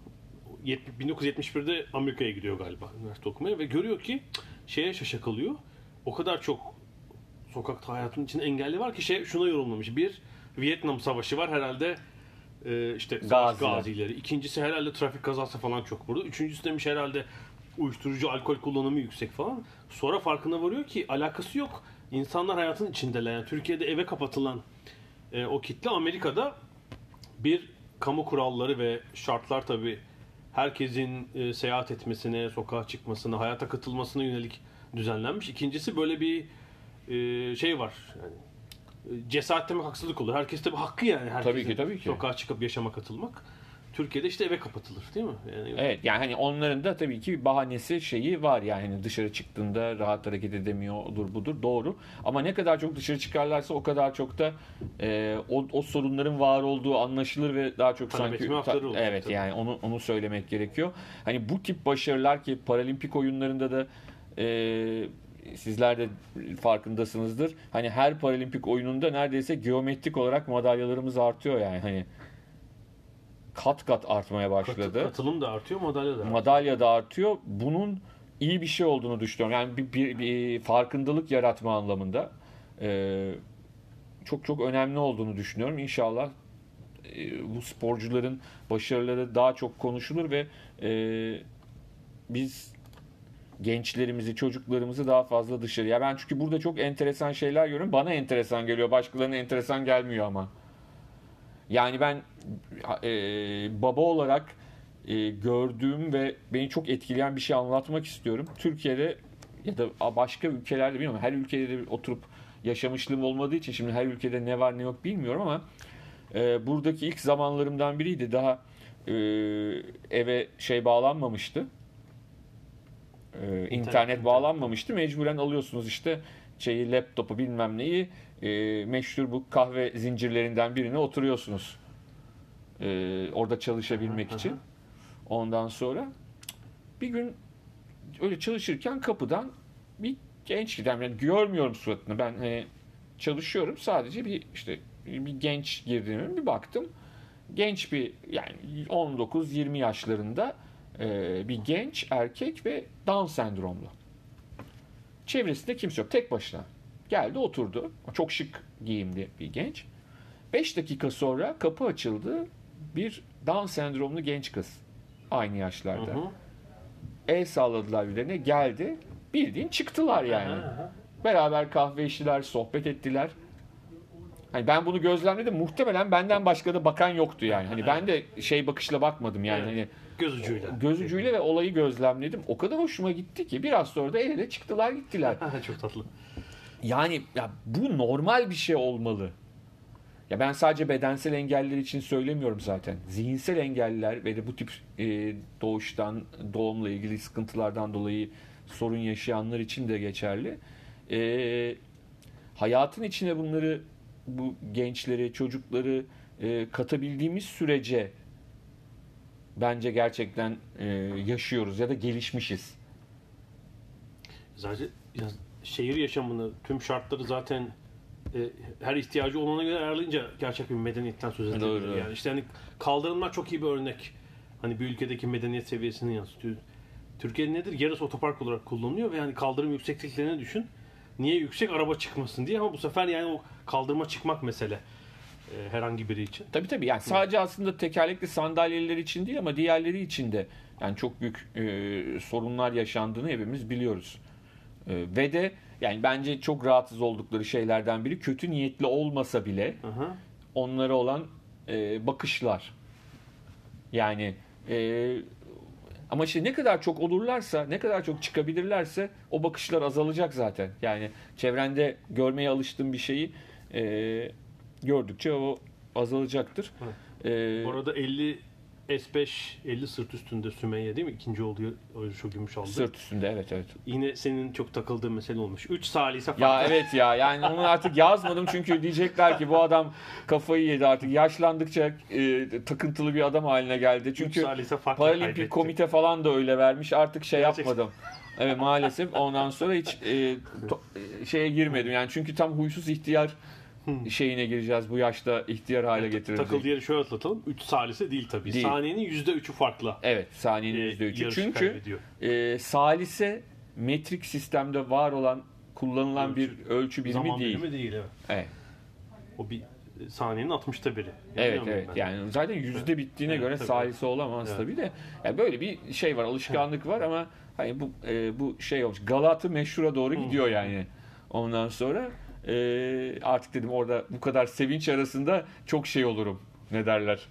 [SPEAKER 2] bin dokuz yüz yetmiş birde Amerika'ya gidiyor galiba üniversite okumaya ve görüyor ki şeye şaşa kalıyor. O kadar çok sokakta hayatın içinde engelli var ki şey şuna yorumlamış. Bir, Vietnam Savaşı var herhalde, e, işte savaş
[SPEAKER 3] Gaziler.
[SPEAKER 2] gazileri. İkincisi herhalde trafik kazası falan çok burada. Üçüncüsü demiş herhalde uyuşturucu, alkol kullanımı yüksek falan. Sonra farkına varıyor ki alakası yok. İnsanlar hayatın içindeler. Yani Türkiye'de eve kapatılan e, o kitle, Amerika'da bir kamu kuralları ve şartlar tabii herkesin e, seyahat etmesine, sokağa çıkmasına, hayata katılmasına yönelik düzenlenmiş. İkincisi böyle bir e, şey var. Yani e, cesaret demek haksızlık olur. Herkes tabii hakkı yani. Herkesin
[SPEAKER 3] Tabii ki, tabii ki.
[SPEAKER 2] sokağa çıkıp yaşama katılmak. Türkiye'de işte eve kapatılır değil mi? Yani
[SPEAKER 3] Evet, yani hani onların da tabii ki bir bahanesi şeyi var, yani hani dışarı çıktığında rahat hareket edemiyor, odur budur, doğru. Ama ne kadar çok dışarı çıkarlarsa o kadar çok da e, o, o sorunların var olduğu anlaşılır ve daha çok
[SPEAKER 2] Talep
[SPEAKER 3] sanki
[SPEAKER 2] etme hakları olur,
[SPEAKER 3] evet
[SPEAKER 2] tabii.
[SPEAKER 3] yani onu onu söylemek gerekiyor. Hani bu tip başarılar ki paralimpik oyunlarında da e, sizler de farkındasınızdır. Hani her paralimpik oyununda neredeyse geometrik olarak madalyalarımız artıyor, yani hani kat kat artmaya başladı.
[SPEAKER 2] Katı- katılım da artıyor, madalya da artıyor.
[SPEAKER 3] Madalya da artıyor. Bunun iyi bir şey olduğunu düşünüyorum. Yani bir, bir, bir farkındalık yaratma anlamında e, çok çok önemli olduğunu düşünüyorum. İnşallah e, bu sporcuların başarıları daha çok konuşulur ve e, biz gençlerimizi, çocuklarımızı daha fazla dışarıya. Ben çünkü burada çok enteresan şeyler görüyorum. Bana enteresan geliyor. Başkalarına enteresan gelmiyor ama. Yani ben e, baba olarak e, gördüğüm ve beni çok etkileyen bir şey anlatmak istiyorum. Türkiye'de ya da başka ülkelerde bilmiyorum. Her ülkede de oturup yaşamışlığım olmadığı için şimdi her ülkede ne var ne yok bilmiyorum ama e, buradaki ilk zamanlarımdan biriydi. Daha e, eve şey bağlanmamıştı. E, internet, internet bağlanmamıştı. Mecburen alıyorsunuz işte şeyi, laptopu bilmem neyi, e, meşhur bu kahve zincirlerinden birine oturuyorsunuz. E, orada çalışabilmek için. Ondan sonra bir gün öyle çalışırken kapıdan bir genç giden, yani görmüyorum suratını, ben hani çalışıyorum, sadece bir işte bir genç girdiğimi bir baktım. Genç bir, yani on dokuz yirmi yaşlarında e, bir genç erkek ve Down sendromlu. Çevresinde kimse yok. Tek başına. Geldi oturdu. Çok şık giyimli bir genç. beş dakika sonra kapı açıldı. Bir Down sendromlu genç kız. Aynı yaşlarda. Hı hı. El salladılar birbirlerine. Geldi. Bildiğin çıktılar yani. Hı hı. Beraber kahve içtiler, sohbet ettiler. Hani ben bunu gözlemledim. Muhtemelen benden başka da bakan yoktu yani. Hani ben de şey bakışla bakmadım yani. Evet. Hani
[SPEAKER 2] göz ucuyla.
[SPEAKER 3] Göz ucuyla ve olayı gözlemledim. O kadar hoşuma gitti ki biraz sonra da el ele çıktılar gittiler.
[SPEAKER 2] Çok tatlı.
[SPEAKER 3] Yani ya bu normal bir şey olmalı. Ya ben sadece bedensel engelliler için söylemiyorum zaten. Zihinsel engelliler ve de bu tip e, doğuştan, doğumla ilgili sıkıntılardan dolayı sorun yaşayanlar için de geçerli. E, hayatın içine bunları, bu gençleri, çocukları e, katabildiğimiz sürece bence gerçekten e, yaşıyoruz ya da gelişmişiz.
[SPEAKER 2] Zaten ya, şehir yaşamını, tüm şartları zaten e, her ihtiyacı olana göre ayarlayınca gerçek bir medeniyetten söz edilir. Yani işte hani kaldırımlar çok iyi bir örnek. Hani bir ülkedeki medeniyet seviyesini yansıtıyor. Türkiye'de nedir? Yarısı otopark olarak kullanılıyor ve yani kaldırım yüksekliklerini düşün. Niye yüksek? Araba çıkmasın diye, ama bu sefer yani o kaldırıma çıkmak mesele. E, herhangi biri için.
[SPEAKER 3] Tabii tabii. Yani sadece Hı. aslında tekerlekli sandalyeler için değil ama diğerleri için de yani çok büyük e, sorunlar yaşandığını hepimiz biliyoruz. E, ve de yani bence çok rahatsız oldukları şeylerden biri, kötü niyetli olmasa bile Hı. onlara olan e, bakışlar. Yani e, ama işte ne kadar çok olurlarsa, ne kadar çok çıkabilirlerse o bakışlar azalacak zaten. Yani çevrende görmeye alıştığın bir şeyi e, gördükçe o azalacaktır.
[SPEAKER 2] Ee, Bu arada elli S beş, elli sırt üstünde Sümeyye değil mi? İkinci olduğu Oyuncu gümüş aldı.
[SPEAKER 3] Sırt üstünde, evet evet.
[SPEAKER 2] Yine senin çok takıldığın mesele olmuş. üç salise farklı.
[SPEAKER 3] Ya evet ya, yani onu artık yazmadım çünkü diyecekler ki bu adam kafayı yedi artık. Yaşlandıkça e, takıntılı bir adam haline geldi. Çünkü Paralimpik Komite falan da öyle vermiş. Artık şey Gerçekten. yapmadım. Evet maalesef. Ondan sonra hiç e, to, şeye girmedim. Yani çünkü tam huysuz ihtiyar şeyine gireceğiz, bu yaşta ihtiyar hale evet, getirecek.
[SPEAKER 2] Takıldığı yeri şöyle atlatalım. üç salise değil tabii. Değil. Saniyenin yüzde üçü farklı.
[SPEAKER 3] Evet, saniyenin yüzde üçü. Ee, çünkü e, salise metrik sistemde var olan, kullanılan ölçü, bir ölçü birimi
[SPEAKER 2] zaman
[SPEAKER 3] değil.
[SPEAKER 2] Zaman birimi değil, evet.
[SPEAKER 3] Evet.
[SPEAKER 2] O bir saniyenin altmışta biri.
[SPEAKER 3] Evet evet. Ben. Yani zaten yüzde bittiğine evet, göre tabii. salise olamaz evet. tabii de. Yani böyle bir şey var, alışkanlık var ama hani bu e, bu şey olmuş. Galatı meşhura doğru gidiyor yani. Ondan sonra Ee, artık dedim orada bu kadar sevinç arasında çok şey olurum. Ne derler?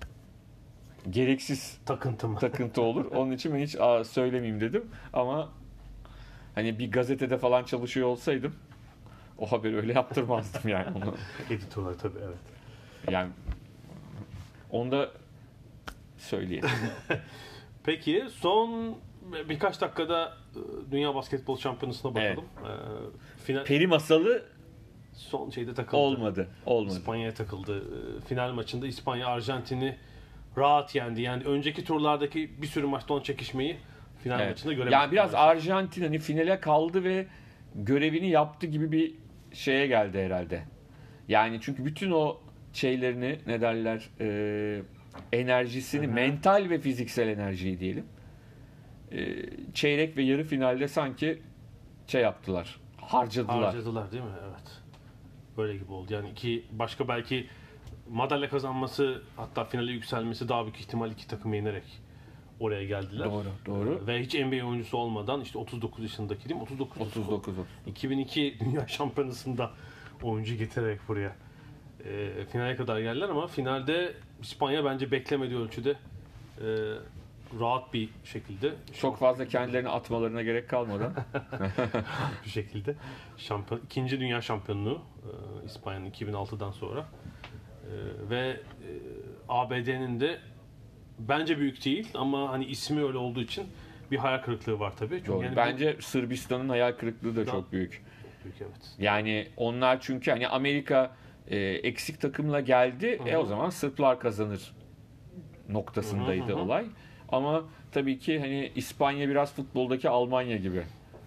[SPEAKER 3] Gereksiz
[SPEAKER 2] takıntı mı?
[SPEAKER 3] Takıntı olur. Onun için ben hiç aa, söylemeyeyim dedim. Ama hani bir gazetede falan çalışıyor olsaydım o haberi öyle yaptırmazdım yani onu.
[SPEAKER 2] Editörler tabii, evet.
[SPEAKER 3] Yani onu da söyleyelim.
[SPEAKER 2] Peki son birkaç dakikada Dünya Basketbol Şampiyonası'na bakalım. Evet.
[SPEAKER 3] Ee, final... Peri masalı
[SPEAKER 2] son şeyde takıldı.
[SPEAKER 3] Olmadı. Olmadı.
[SPEAKER 2] İspanya'ya takıldı. Final maçında İspanya Arjantin'i rahat yendi. Yani önceki turlardaki bir sürü maçta on çekişmeyi final evet. maçında göremedik.
[SPEAKER 3] Yani biraz Arjantin hani finale kaldı ve görevini yaptı gibi bir şeye geldi herhalde. Yani çünkü bütün o şeylerini, ne derler, e, enerjisini, Hı-hı. mental ve fiziksel enerjiyi diyelim, e, çeyrek ve yarı finalde sanki şey yaptılar. Harcadılar.
[SPEAKER 2] Harcadılar değil mi? Evet. Böyle gibi oldu. Yani iki başka belki madalya kazanması, hatta finale yükselmesi daha büyük ihtimal iki takım yenerek oraya geldiler.
[SPEAKER 3] Doğru, doğru.
[SPEAKER 2] Ve hiç N B A oyuncusu olmadan işte otuz dokuz yaşındaki değil mi? otuz dokuz.
[SPEAKER 3] otuz dokuz.
[SPEAKER 2] iki bin iki Dünya Şampiyonası'nda oyuncu getirerek buraya e, finale kadar geldiler ama finalde İspanya bence beklemediği ölçüde e, rahat bir şekilde
[SPEAKER 3] Çok fazla kendilerini atmalarına gerek kalmadan.
[SPEAKER 2] bir şekilde şampiyon, ikinci dünya şampiyonluğu e, İspanya'nın iki bin altıdan sonra e, ve e, A B D'nin de bence büyük değil ama hani ismi öyle olduğu için bir hayal kırıklığı var tabii. Çünkü
[SPEAKER 3] Doğru.
[SPEAKER 2] yani bu-
[SPEAKER 3] Bence Sırbistan'ın hayal kırıklığı da
[SPEAKER 2] Da-
[SPEAKER 3] çok büyük.
[SPEAKER 2] büyük, evet.
[SPEAKER 3] Yani onlar çünkü hani Amerika e, eksik takımla geldi.
[SPEAKER 2] Hı hı.
[SPEAKER 3] E o zaman Sırplar kazanır noktasındaydı
[SPEAKER 2] Hı hı hı.
[SPEAKER 3] olay. Ama tabii ki hani İspanya biraz futboldaki Almanya gibi.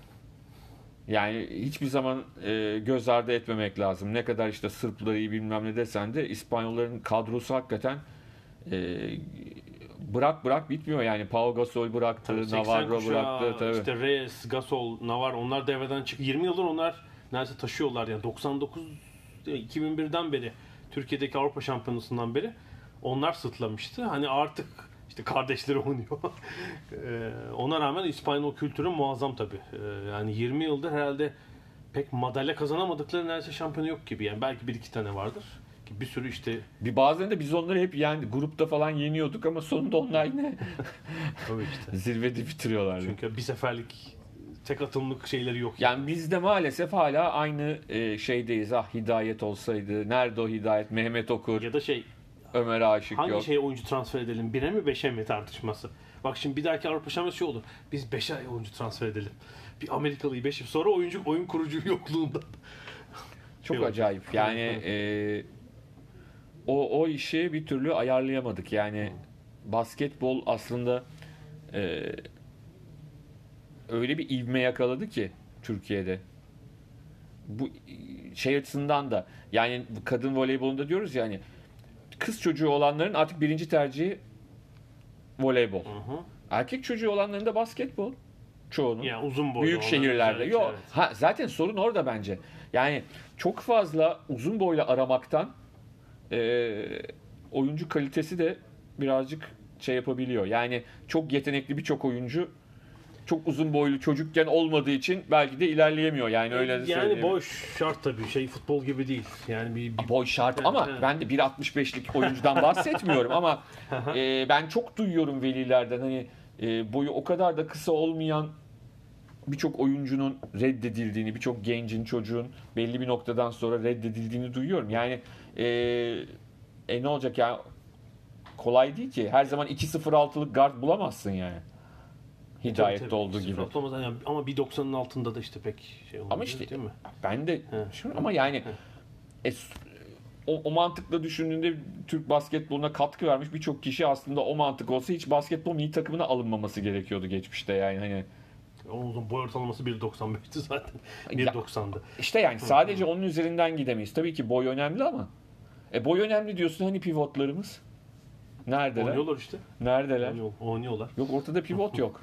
[SPEAKER 3] Yani hiçbir zaman e, göz ardı etmemek lazım. Ne kadar işte Sırpları iyi bilmem ne desen de İspanyolların kadrosu hakikaten e, bırak bırak bitmiyor. Yani Pau Gasol bıraktı,
[SPEAKER 2] Tabii seksen
[SPEAKER 3] Navarro
[SPEAKER 2] kuşağı,
[SPEAKER 3] bıraktı. Tabii.
[SPEAKER 2] işte Reyes, Gasol, Navar onlar devreden çık. yirmi yıldır onlar neredeyse taşıyorlar yani doksan dokuz iki bin birden beri Türkiye'deki Avrupa Şampiyonası'ndan beri onlar sırtlamıştı. Hani artık işte kardeşleri oynuyor. Ee, Ona rağmen İspanyol kültürü muazzam tabii. Ee, Yani yirmi yıldır herhalde pek madalya kazanamadıkları neredeyse şampiyonu yok gibi. Yani belki bir iki tane vardır. Ki bir sürü işte
[SPEAKER 3] Bir bazen de biz onları hep yani grupta falan yeniyorduk ama sonunda onlar yine
[SPEAKER 2] tabii işte.
[SPEAKER 3] zirvede bitiriyorlardı.
[SPEAKER 2] Çünkü bir seferlik tek atımlık şeyleri yok.
[SPEAKER 3] Yani biz de maalesef hala aynı e, şeydeyiz. Ah Hidayet olsaydı. Nerede o Hidayet? Mehmet Okur,
[SPEAKER 2] Ya da şey
[SPEAKER 3] Ömer Aşık
[SPEAKER 2] hangi
[SPEAKER 3] yok.
[SPEAKER 2] şeye oyuncu transfer edelim? Bire mi beşe mi tartışması? Bak şimdi bir dahaki Avrupa Şampiyonası şey olur. Biz beşe oyuncu transfer edelim. Bir Amerikalıyı beşe sonra oyuncu oyun kurucu yokluğunda.
[SPEAKER 3] Çok
[SPEAKER 2] Şey
[SPEAKER 3] acayip. Yani e, o o işi bir türlü ayarlayamadık. Yani basketbol aslında e, öyle bir ivme yakaladı ki Türkiye'de. Bu şey açısından da yani kadın voleybolunda diyoruz ya hani kız çocuğu olanların artık birinci tercihi voleybol.
[SPEAKER 2] Hı hı.
[SPEAKER 3] Erkek çocuğu olanların da basketbol. Çoğunun.
[SPEAKER 2] Yani uzun boylu
[SPEAKER 3] Büyük
[SPEAKER 2] olan
[SPEAKER 3] şehirlerde.
[SPEAKER 2] özellikle,
[SPEAKER 3] Yok.
[SPEAKER 2] evet.
[SPEAKER 3] Ha zaten sorun orada bence. Yani çok fazla uzun boylu aramaktan e, oyuncu kalitesi de birazcık şey yapabiliyor. Yani çok yetenekli birçok oyuncu çok uzun boylu çocukken olmadığı için belki de ilerleyemiyor. Yani öyle de
[SPEAKER 2] Yani
[SPEAKER 3] söyleyeyim.
[SPEAKER 2] boy şart tabii. Şey futbol gibi değil. Yani bir, bir
[SPEAKER 3] Boy şart
[SPEAKER 2] Evet,
[SPEAKER 3] ama
[SPEAKER 2] evet.
[SPEAKER 3] ben de bir altmış beşlik oyuncudan bahsetmiyorum ama e, ben çok duyuyorum velilerden hani e, boyu o kadar da kısa olmayan birçok oyuncunun reddedildiğini, birçok gencin, çocuğun belli bir noktadan sonra reddedildiğini duyuyorum. Yani e, e ne olacak ya? Kolay değil ki. Her zaman iki sıfır altılık guard bulamazsın yani. Hidayette
[SPEAKER 2] tabii, tabii.
[SPEAKER 3] olduğu gibi.
[SPEAKER 2] Sıfır atlamaz yani. Ama bir doksanın altında da işte pek şey olmuyor.
[SPEAKER 3] Ama işte
[SPEAKER 2] değil mi?
[SPEAKER 3] ben de
[SPEAKER 2] He.
[SPEAKER 3] şu ama yani e, o, o mantıkla düşündüğünde Türk basketboluna katkı vermiş birçok kişi aslında o mantık olsa hiç basketbol milli takımına alınmaması gerekiyordu geçmişte yani hani.
[SPEAKER 2] Onun zaman boy ortalaması bir doksan beşti zaten.
[SPEAKER 3] Ya-
[SPEAKER 2] bir doksandı.
[SPEAKER 3] İşte yani sadece onun üzerinden gidemeyiz. Tabii ki boy önemli ama e boy önemli diyorsun hani pivotlarımız neredeler?
[SPEAKER 2] Oynuyorlar işte.
[SPEAKER 3] Neredeler?
[SPEAKER 2] Oynuyor- Oynuyorlar.
[SPEAKER 3] Yok ortada pivot yok.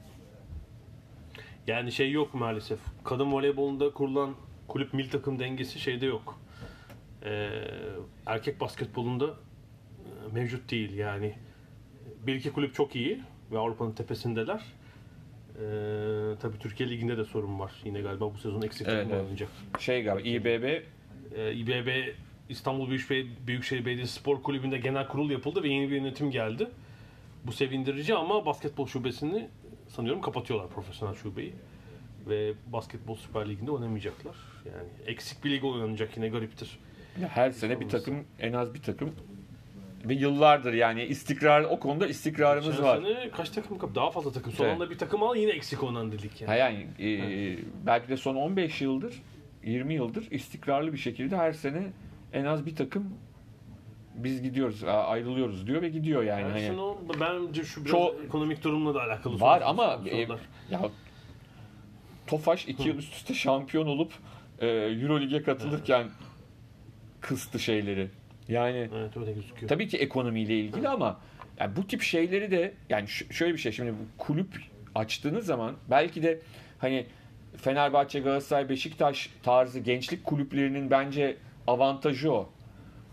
[SPEAKER 2] Yani şey yok maalesef. Kadın voleybolunda kurulan kulüp milli takım dengesi şeyde yok. Ee, erkek basketbolunda e, mevcut değil yani. Bir iki kulüp çok iyi ve Avrupa'nın tepesindeler. Ee, tabii Türkiye Ligi'nde de sorun var. Yine galiba bu sezon eksik
[SPEAKER 3] Evet,
[SPEAKER 2] takım
[SPEAKER 3] evet.
[SPEAKER 2] oynayacak.
[SPEAKER 3] Şey galiba İ B B
[SPEAKER 2] Ee, İ B B İstanbul Büyükşehir, Büyükşehir Belediyesi Spor Kulübü'nde genel kurul yapıldı ve yeni bir yönetim geldi. Bu sevindirici ama basketbol şubesini sanıyorum kapatıyorlar, profesyonel şubeyi. Ve basketbol Süper Ligi'nde oynamayacaklar. Yani eksik bir lig oynanacak, yine gariptir.
[SPEAKER 3] her sene bir takım en az bir takım ve yıllardır yani istikrar o konuda istikrarımız
[SPEAKER 2] Geçen
[SPEAKER 3] var.
[SPEAKER 2] sene kaç takım kap? Daha fazla takım. Son
[SPEAKER 3] Evet.
[SPEAKER 2] anda bir takım al, yine eksik oynan dedik yani.
[SPEAKER 3] Ha yani e, belki de son on beş yıldır yirmi yıldır istikrarlı bir şekilde her sene en az bir takım biz gidiyoruz, ayrılıyoruz diyor ve gidiyor yani.
[SPEAKER 2] Yani
[SPEAKER 3] Hani
[SPEAKER 2] şunu, bence şu biraz
[SPEAKER 3] Çok-
[SPEAKER 2] ekonomik durumla da alakalı.
[SPEAKER 3] var
[SPEAKER 2] soru-
[SPEAKER 3] ama
[SPEAKER 2] sorular.
[SPEAKER 3] e, ya Tofaş iki yıl üst üste şampiyon olup e, Euroleague'e katılırken kıstı şeyleri. Yani
[SPEAKER 2] Evet, öyle gözüküyor.
[SPEAKER 3] tabii ki ekonomiyle ilgili ama yani bu tip şeyleri de yani ş- şöyle bir şey şimdi bu kulüp açtığınız zaman belki de hani Fenerbahçe, Galatasaray, Beşiktaş tarzı gençlik kulüplerinin bence avantajı o.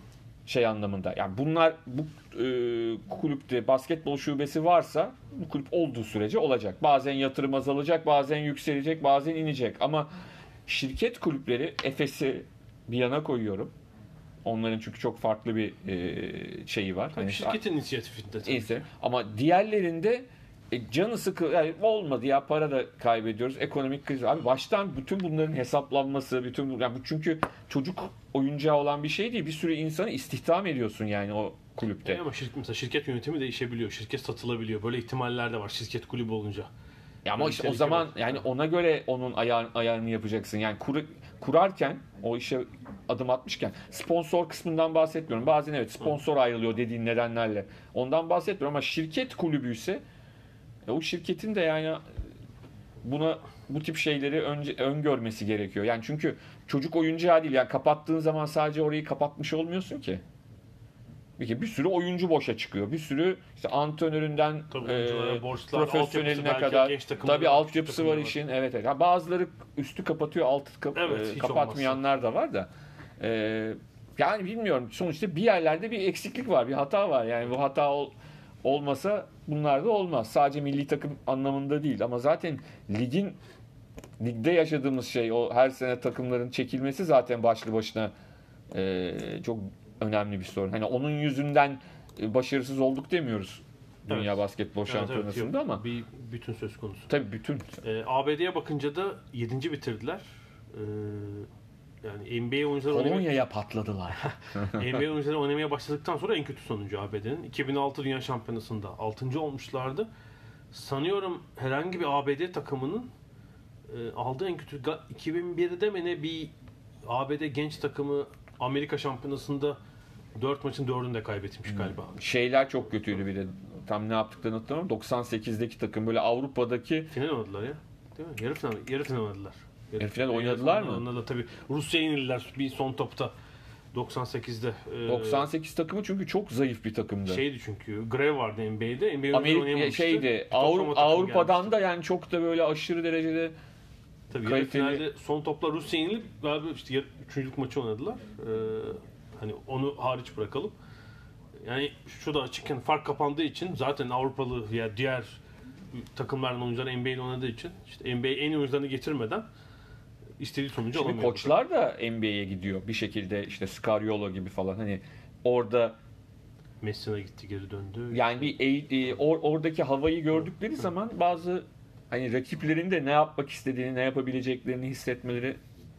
[SPEAKER 3] şey anlamında. Yani bunlar bu e, kulüpte basketbol şubesi varsa bu kulüp olduğu sürece olacak. Bazen yatırım azalacak, bazen yükselecek, bazen inecek. Ama şirket kulüpleri, Efes'i bir yana koyuyorum. Onların çünkü çok farklı bir e, şeyi var.
[SPEAKER 2] Tabii
[SPEAKER 3] Hani
[SPEAKER 2] şirketin inisiyatifinde. tabii.
[SPEAKER 3] neyse. Ama diğerlerinde e, canı sıkı yani olmadı ya, para da kaybediyoruz, ekonomik kriz. Abi baştan bütün bunların hesaplanması, bütün bu, yani bu çünkü çocuk oyuncağı olan bir şey değil. Bir sürü insanı istihdam ediyorsun yani o kulüpte.
[SPEAKER 2] E ama şirket, mesela şirket yönetimi değişebiliyor. Şirket satılabiliyor. Böyle ihtimaller de var şirket kulübü olunca.
[SPEAKER 3] Ya ama
[SPEAKER 2] Böyle
[SPEAKER 3] işte
[SPEAKER 2] bir
[SPEAKER 3] o
[SPEAKER 2] tehlike
[SPEAKER 3] zaman
[SPEAKER 2] var.
[SPEAKER 3] yani ona göre onun ayar, ayarını yapacaksın. Yani kur, kurarken o işe adım atmışken sponsor kısmından bahsetmiyorum. Bazen evet sponsor ayrılıyor dediğin nedenlerle. Ondan bahsetmiyorum ama şirket kulübü ise e, o şirketin de yani buna bu tip şeyleri önce öngörmesi gerekiyor. Yani çünkü çocuk oyuncağı değil. Yani kapattığın zaman sadece orayı kapatmış olmuyorsun ki. Bir, bir sürü oyuncu boşa çıkıyor. Bir sürü işte antrenöründen
[SPEAKER 2] Tabii
[SPEAKER 3] e,
[SPEAKER 2] oyunculara borçlar,
[SPEAKER 3] profesyoneline
[SPEAKER 2] altyapısı belki,
[SPEAKER 3] kadar
[SPEAKER 2] genç takımları
[SPEAKER 3] tabii
[SPEAKER 2] var,
[SPEAKER 3] altyapısı
[SPEAKER 2] küçük
[SPEAKER 3] var
[SPEAKER 2] takımları
[SPEAKER 3] işin. Evet, evet. Ha, bazıları üstü kapatıyor, altı kap-
[SPEAKER 2] Evet,
[SPEAKER 3] e,
[SPEAKER 2] hiç
[SPEAKER 3] kapatmayanlar da var da. E, yani bilmiyorum. Sonuçta bir yerlerde bir eksiklik var, bir hata var. Yani bu hata ol, olmasa bunlar da olmaz. Sadece milli takım anlamında değil ama zaten ligin ligde yaşadığımız şey, o her sene takımların çekilmesi zaten başlı başına e, çok önemli bir sorun. Hani onun yüzünden e, başarısız olduk demiyoruz Dünya
[SPEAKER 2] Evet.
[SPEAKER 3] Basketbol
[SPEAKER 2] Evet, evet,
[SPEAKER 3] Şampiyonası'nda
[SPEAKER 2] yok.
[SPEAKER 3] ama
[SPEAKER 2] Bir bütün söz konusu.
[SPEAKER 3] tabii bütün
[SPEAKER 2] Ee, A B D'ye bakınca da yedinci bitirdiler. Ee, yani N B A oyuncuları oynamaya,
[SPEAKER 3] Polonya'ya patladılar.
[SPEAKER 2] N B A oyuncuları oynamaya başladıktan sonra en kötü sonuncu A B D'nin. iki bin altı Dünya Şampiyonası'nda altıncı olmuşlardı. Sanıyorum herhangi bir A B D takımının e, aldığı en kötü ga- iki bin birde mi ne bir A B D genç takımı Amerika Şampiyonası'nda dört maçın dördünü de kaybetmiş galiba.
[SPEAKER 3] Şeyler çok kötüydü bir de. Tam ne yaptıklarını hatırlamıyorum. doksan sekizdeki takım böyle Avrupa'daki
[SPEAKER 2] Final oynadılar ya. Değil mi? Yarı final, yarı final oynadılar.
[SPEAKER 3] Yarı final oynadılar mı?
[SPEAKER 2] Oynadılar tabii. Rusya'ya yenildiler bir son topta. doksan sekizde. Ee,
[SPEAKER 3] doksan sekiz takımı çünkü çok zayıf bir takımdı.
[SPEAKER 2] Şeydi çünkü grev vardı N B A'de. N B A oyuncuları
[SPEAKER 3] Amerika
[SPEAKER 2] oynayamamıştı.
[SPEAKER 3] şeydi
[SPEAKER 2] Oklahoma
[SPEAKER 3] Avrupa,
[SPEAKER 2] takım
[SPEAKER 3] Avrupa'dan
[SPEAKER 2] gelmişti.
[SPEAKER 3] da yani çok da böyle aşırı derecede
[SPEAKER 2] Tabii yarı
[SPEAKER 3] kaliteli-
[SPEAKER 2] finalde son topla Rusya yenilip galiba işte yarı, üçüncülük maçı oynadılar. Ee, hani onu hariç bırakalım. Yani şu da açıkken fark kapandığı için zaten Avrupalı ya diğer takımlardan oyuncular N B A'de oynadığı için işte N B A en iyi oyuncularını getirmeden istediği sonucu
[SPEAKER 3] Şimdi
[SPEAKER 2] alamıyor.
[SPEAKER 3] koçlar da N B A'ye gidiyor bir şekilde, işte Scariolo gibi falan, hani orada
[SPEAKER 2] Messi'ne gitti, geri döndü.
[SPEAKER 3] yani bir e- e, or- oradaki havayı gördükleri zaman bazı hani rakiplerin de ne yapmak istediğini, ne yapabileceklerini hissetmeleri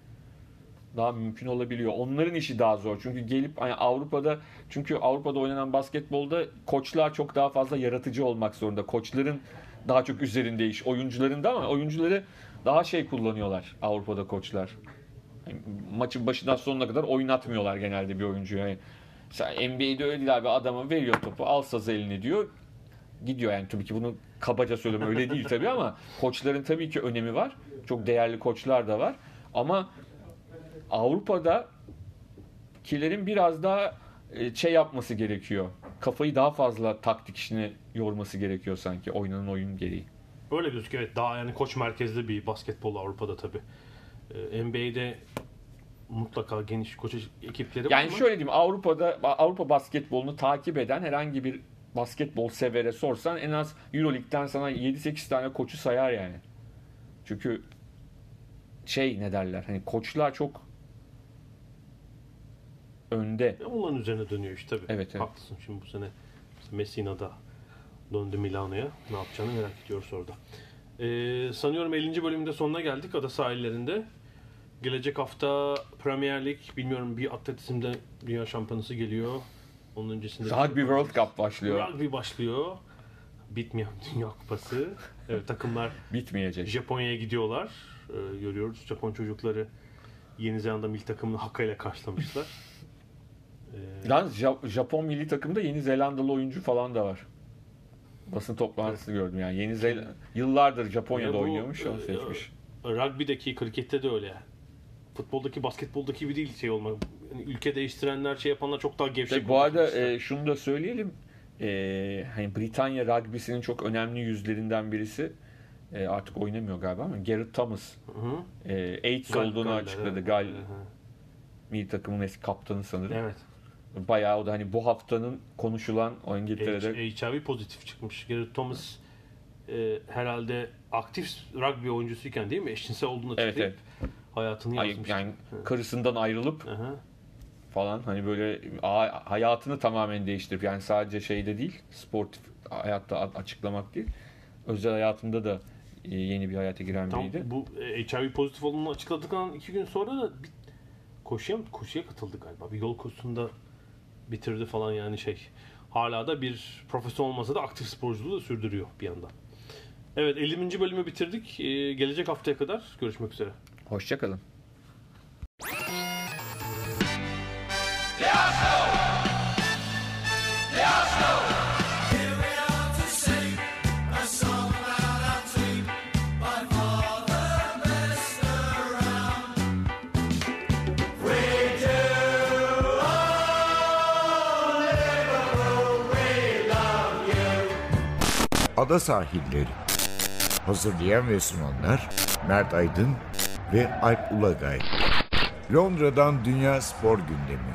[SPEAKER 3] daha mümkün olabiliyor. Onların işi daha zor. Çünkü gelip hani Avrupa'da, çünkü Avrupa'da oynanan basketbolda koçlar çok daha fazla yaratıcı olmak zorunda. Koçların daha çok üzerinde iş. Oyuncuların da, ama oyuncuları daha şey kullanıyorlar Avrupa'da koçlar. Yani maçın başından sonuna kadar oynatmıyorlar genelde bir oyuncuyu. Yani mesela N B A'de öyle değil abi, adama veriyor topu, al sazı eline diyor. Gidiyor yani, tabii ki bunu kabaca söyleme öyle değil tabii ama koçların tabii ki önemi var. Çok değerli koçlar da var. Ama Avrupa'da kilerin biraz daha e, şey yapması gerekiyor. Kafayı daha fazla taktik işine yorması gerekiyor sanki oynanan oyun gereği.
[SPEAKER 2] Öyle gözüküyor. Evet, daha yani koç merkezli bir basketbol Avrupa'da tabii. Ee, N B A'de mutlaka geniş koç ekipleri var
[SPEAKER 3] Yani
[SPEAKER 2] ama
[SPEAKER 3] şöyle diyeyim, Avrupa'da Avrupa basketbolunu takip eden herhangi bir basketbol severe sorsan en az EuroLeague'den sana yedi sekiz tane koçu sayar yani. Çünkü şey ne derler, hani koçlar çok önde.
[SPEAKER 2] onların üzerine dönüyor işte tabii.
[SPEAKER 3] Evet, evet.
[SPEAKER 2] Haklısın. Şimdi bu sene Messina'da döndü Milano'ya. Ne yapacağını merak ediyoruz orada. Ee, sanıyorum ellinci bölümde sonuna geldik ada sahillerinde. Gelecek hafta Premier Lig, bilmiyorum, bir atletizmde dünya şampiyonası geliyor. Onun öncesinde
[SPEAKER 3] Rugby World Cup başlıyor.
[SPEAKER 2] Rugby başlıyor. Bitmeyen Dünya Kupası. Evet, takımlar
[SPEAKER 3] Bitmeyecek.
[SPEAKER 2] Japonya'ya gidiyorlar. Ee, görüyoruz. Japon çocukları Yeni Zelanda milli takımını hakkıyla karşılamışlar. Ee,
[SPEAKER 3] Yalnız Ja- Japon milli takımda Yeni Zelandalı oyuncu falan da var. Basın toplantısı gördüm yani. Yeni Zel yıllardır Japonya'da
[SPEAKER 2] Ya bu,
[SPEAKER 3] oynuyormuş, onu
[SPEAKER 2] e,
[SPEAKER 3] seçmiş.
[SPEAKER 2] Rugby'deki, krikette de öyle. Futboldaki, basketboldaki gibi değil şey olmak. Yani ülke değiştirenler, şey yapanlar çok daha gevşek.
[SPEAKER 3] Tabii bu arada
[SPEAKER 2] olmak
[SPEAKER 3] e, şunu da söyleyelim. E, hani Britanya rugby'sinin çok önemli yüzlerinden birisi. E, artık oynamıyor galiba ama Garrett Thomas.
[SPEAKER 2] Hı-hı.
[SPEAKER 3] E, AIDS
[SPEAKER 2] Gal-
[SPEAKER 3] olduğunu
[SPEAKER 2] Galler,
[SPEAKER 3] açıkladı.
[SPEAKER 2] evet.
[SPEAKER 3] Gal
[SPEAKER 2] Hı-hı.
[SPEAKER 3] milli takımın eski kaptanı sanırım.
[SPEAKER 2] Evet.
[SPEAKER 3] bayağı o da hani bu haftanın konuşulan o İngiltere'de
[SPEAKER 2] H I V pozitif çıkmış. Garrett Thomas e, herhalde aktif rugby oyuncusuyken değil mi? Eşcinsel olduğunu
[SPEAKER 3] Evet,
[SPEAKER 2] açıklayıp hayatını
[SPEAKER 3] Ay-
[SPEAKER 2] yazmış.
[SPEAKER 3] yani karısından ayrılıp
[SPEAKER 2] Aha.
[SPEAKER 3] falan hani böyle a- hayatını tamamen değiştirip yani sadece şeyde değil, sportif hayatta a- açıklamak değil, özel hayatında da e, yeni bir hayata giren
[SPEAKER 2] Tam
[SPEAKER 3] biriydi.
[SPEAKER 2] bu e, H I V pozitif olduğunu açıkladıktan iki gün sonra da bir koşuya koşuya katıldı galiba. Bir yol koşusunda bitirdi falan yani şey. Hala da bir profesyonel olmasa da aktif sporculuğu da sürdürüyor bir yandan. Evet, ellinci bölümü bitirdik. Ee, gelecek haftaya kadar görüşmek üzere.
[SPEAKER 3] Hoşça kalın.
[SPEAKER 1] Ada Sahilleri. Hazırlayan ve sunanlar Mert Aydın ve Alp Ulagay. Londra'dan Dünya Spor Gündemi.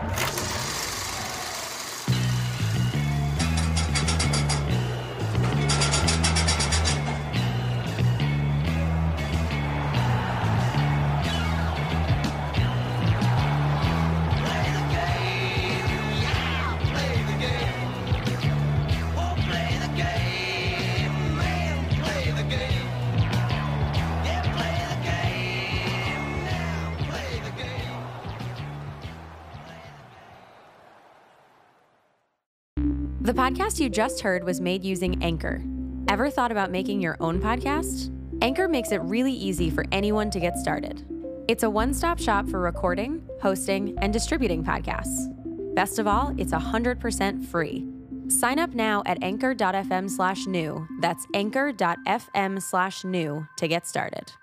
[SPEAKER 4] The podcast you just heard was made using Anchor. Ever thought about making your own podcast? Anchor makes it really easy for anyone to get started. It's a one-stop shop for recording, hosting, and distributing podcasts. Best of all, it's one hundred percent free. Sign up now at anchor.fm slash new. That's anchor.fm slash new to get started.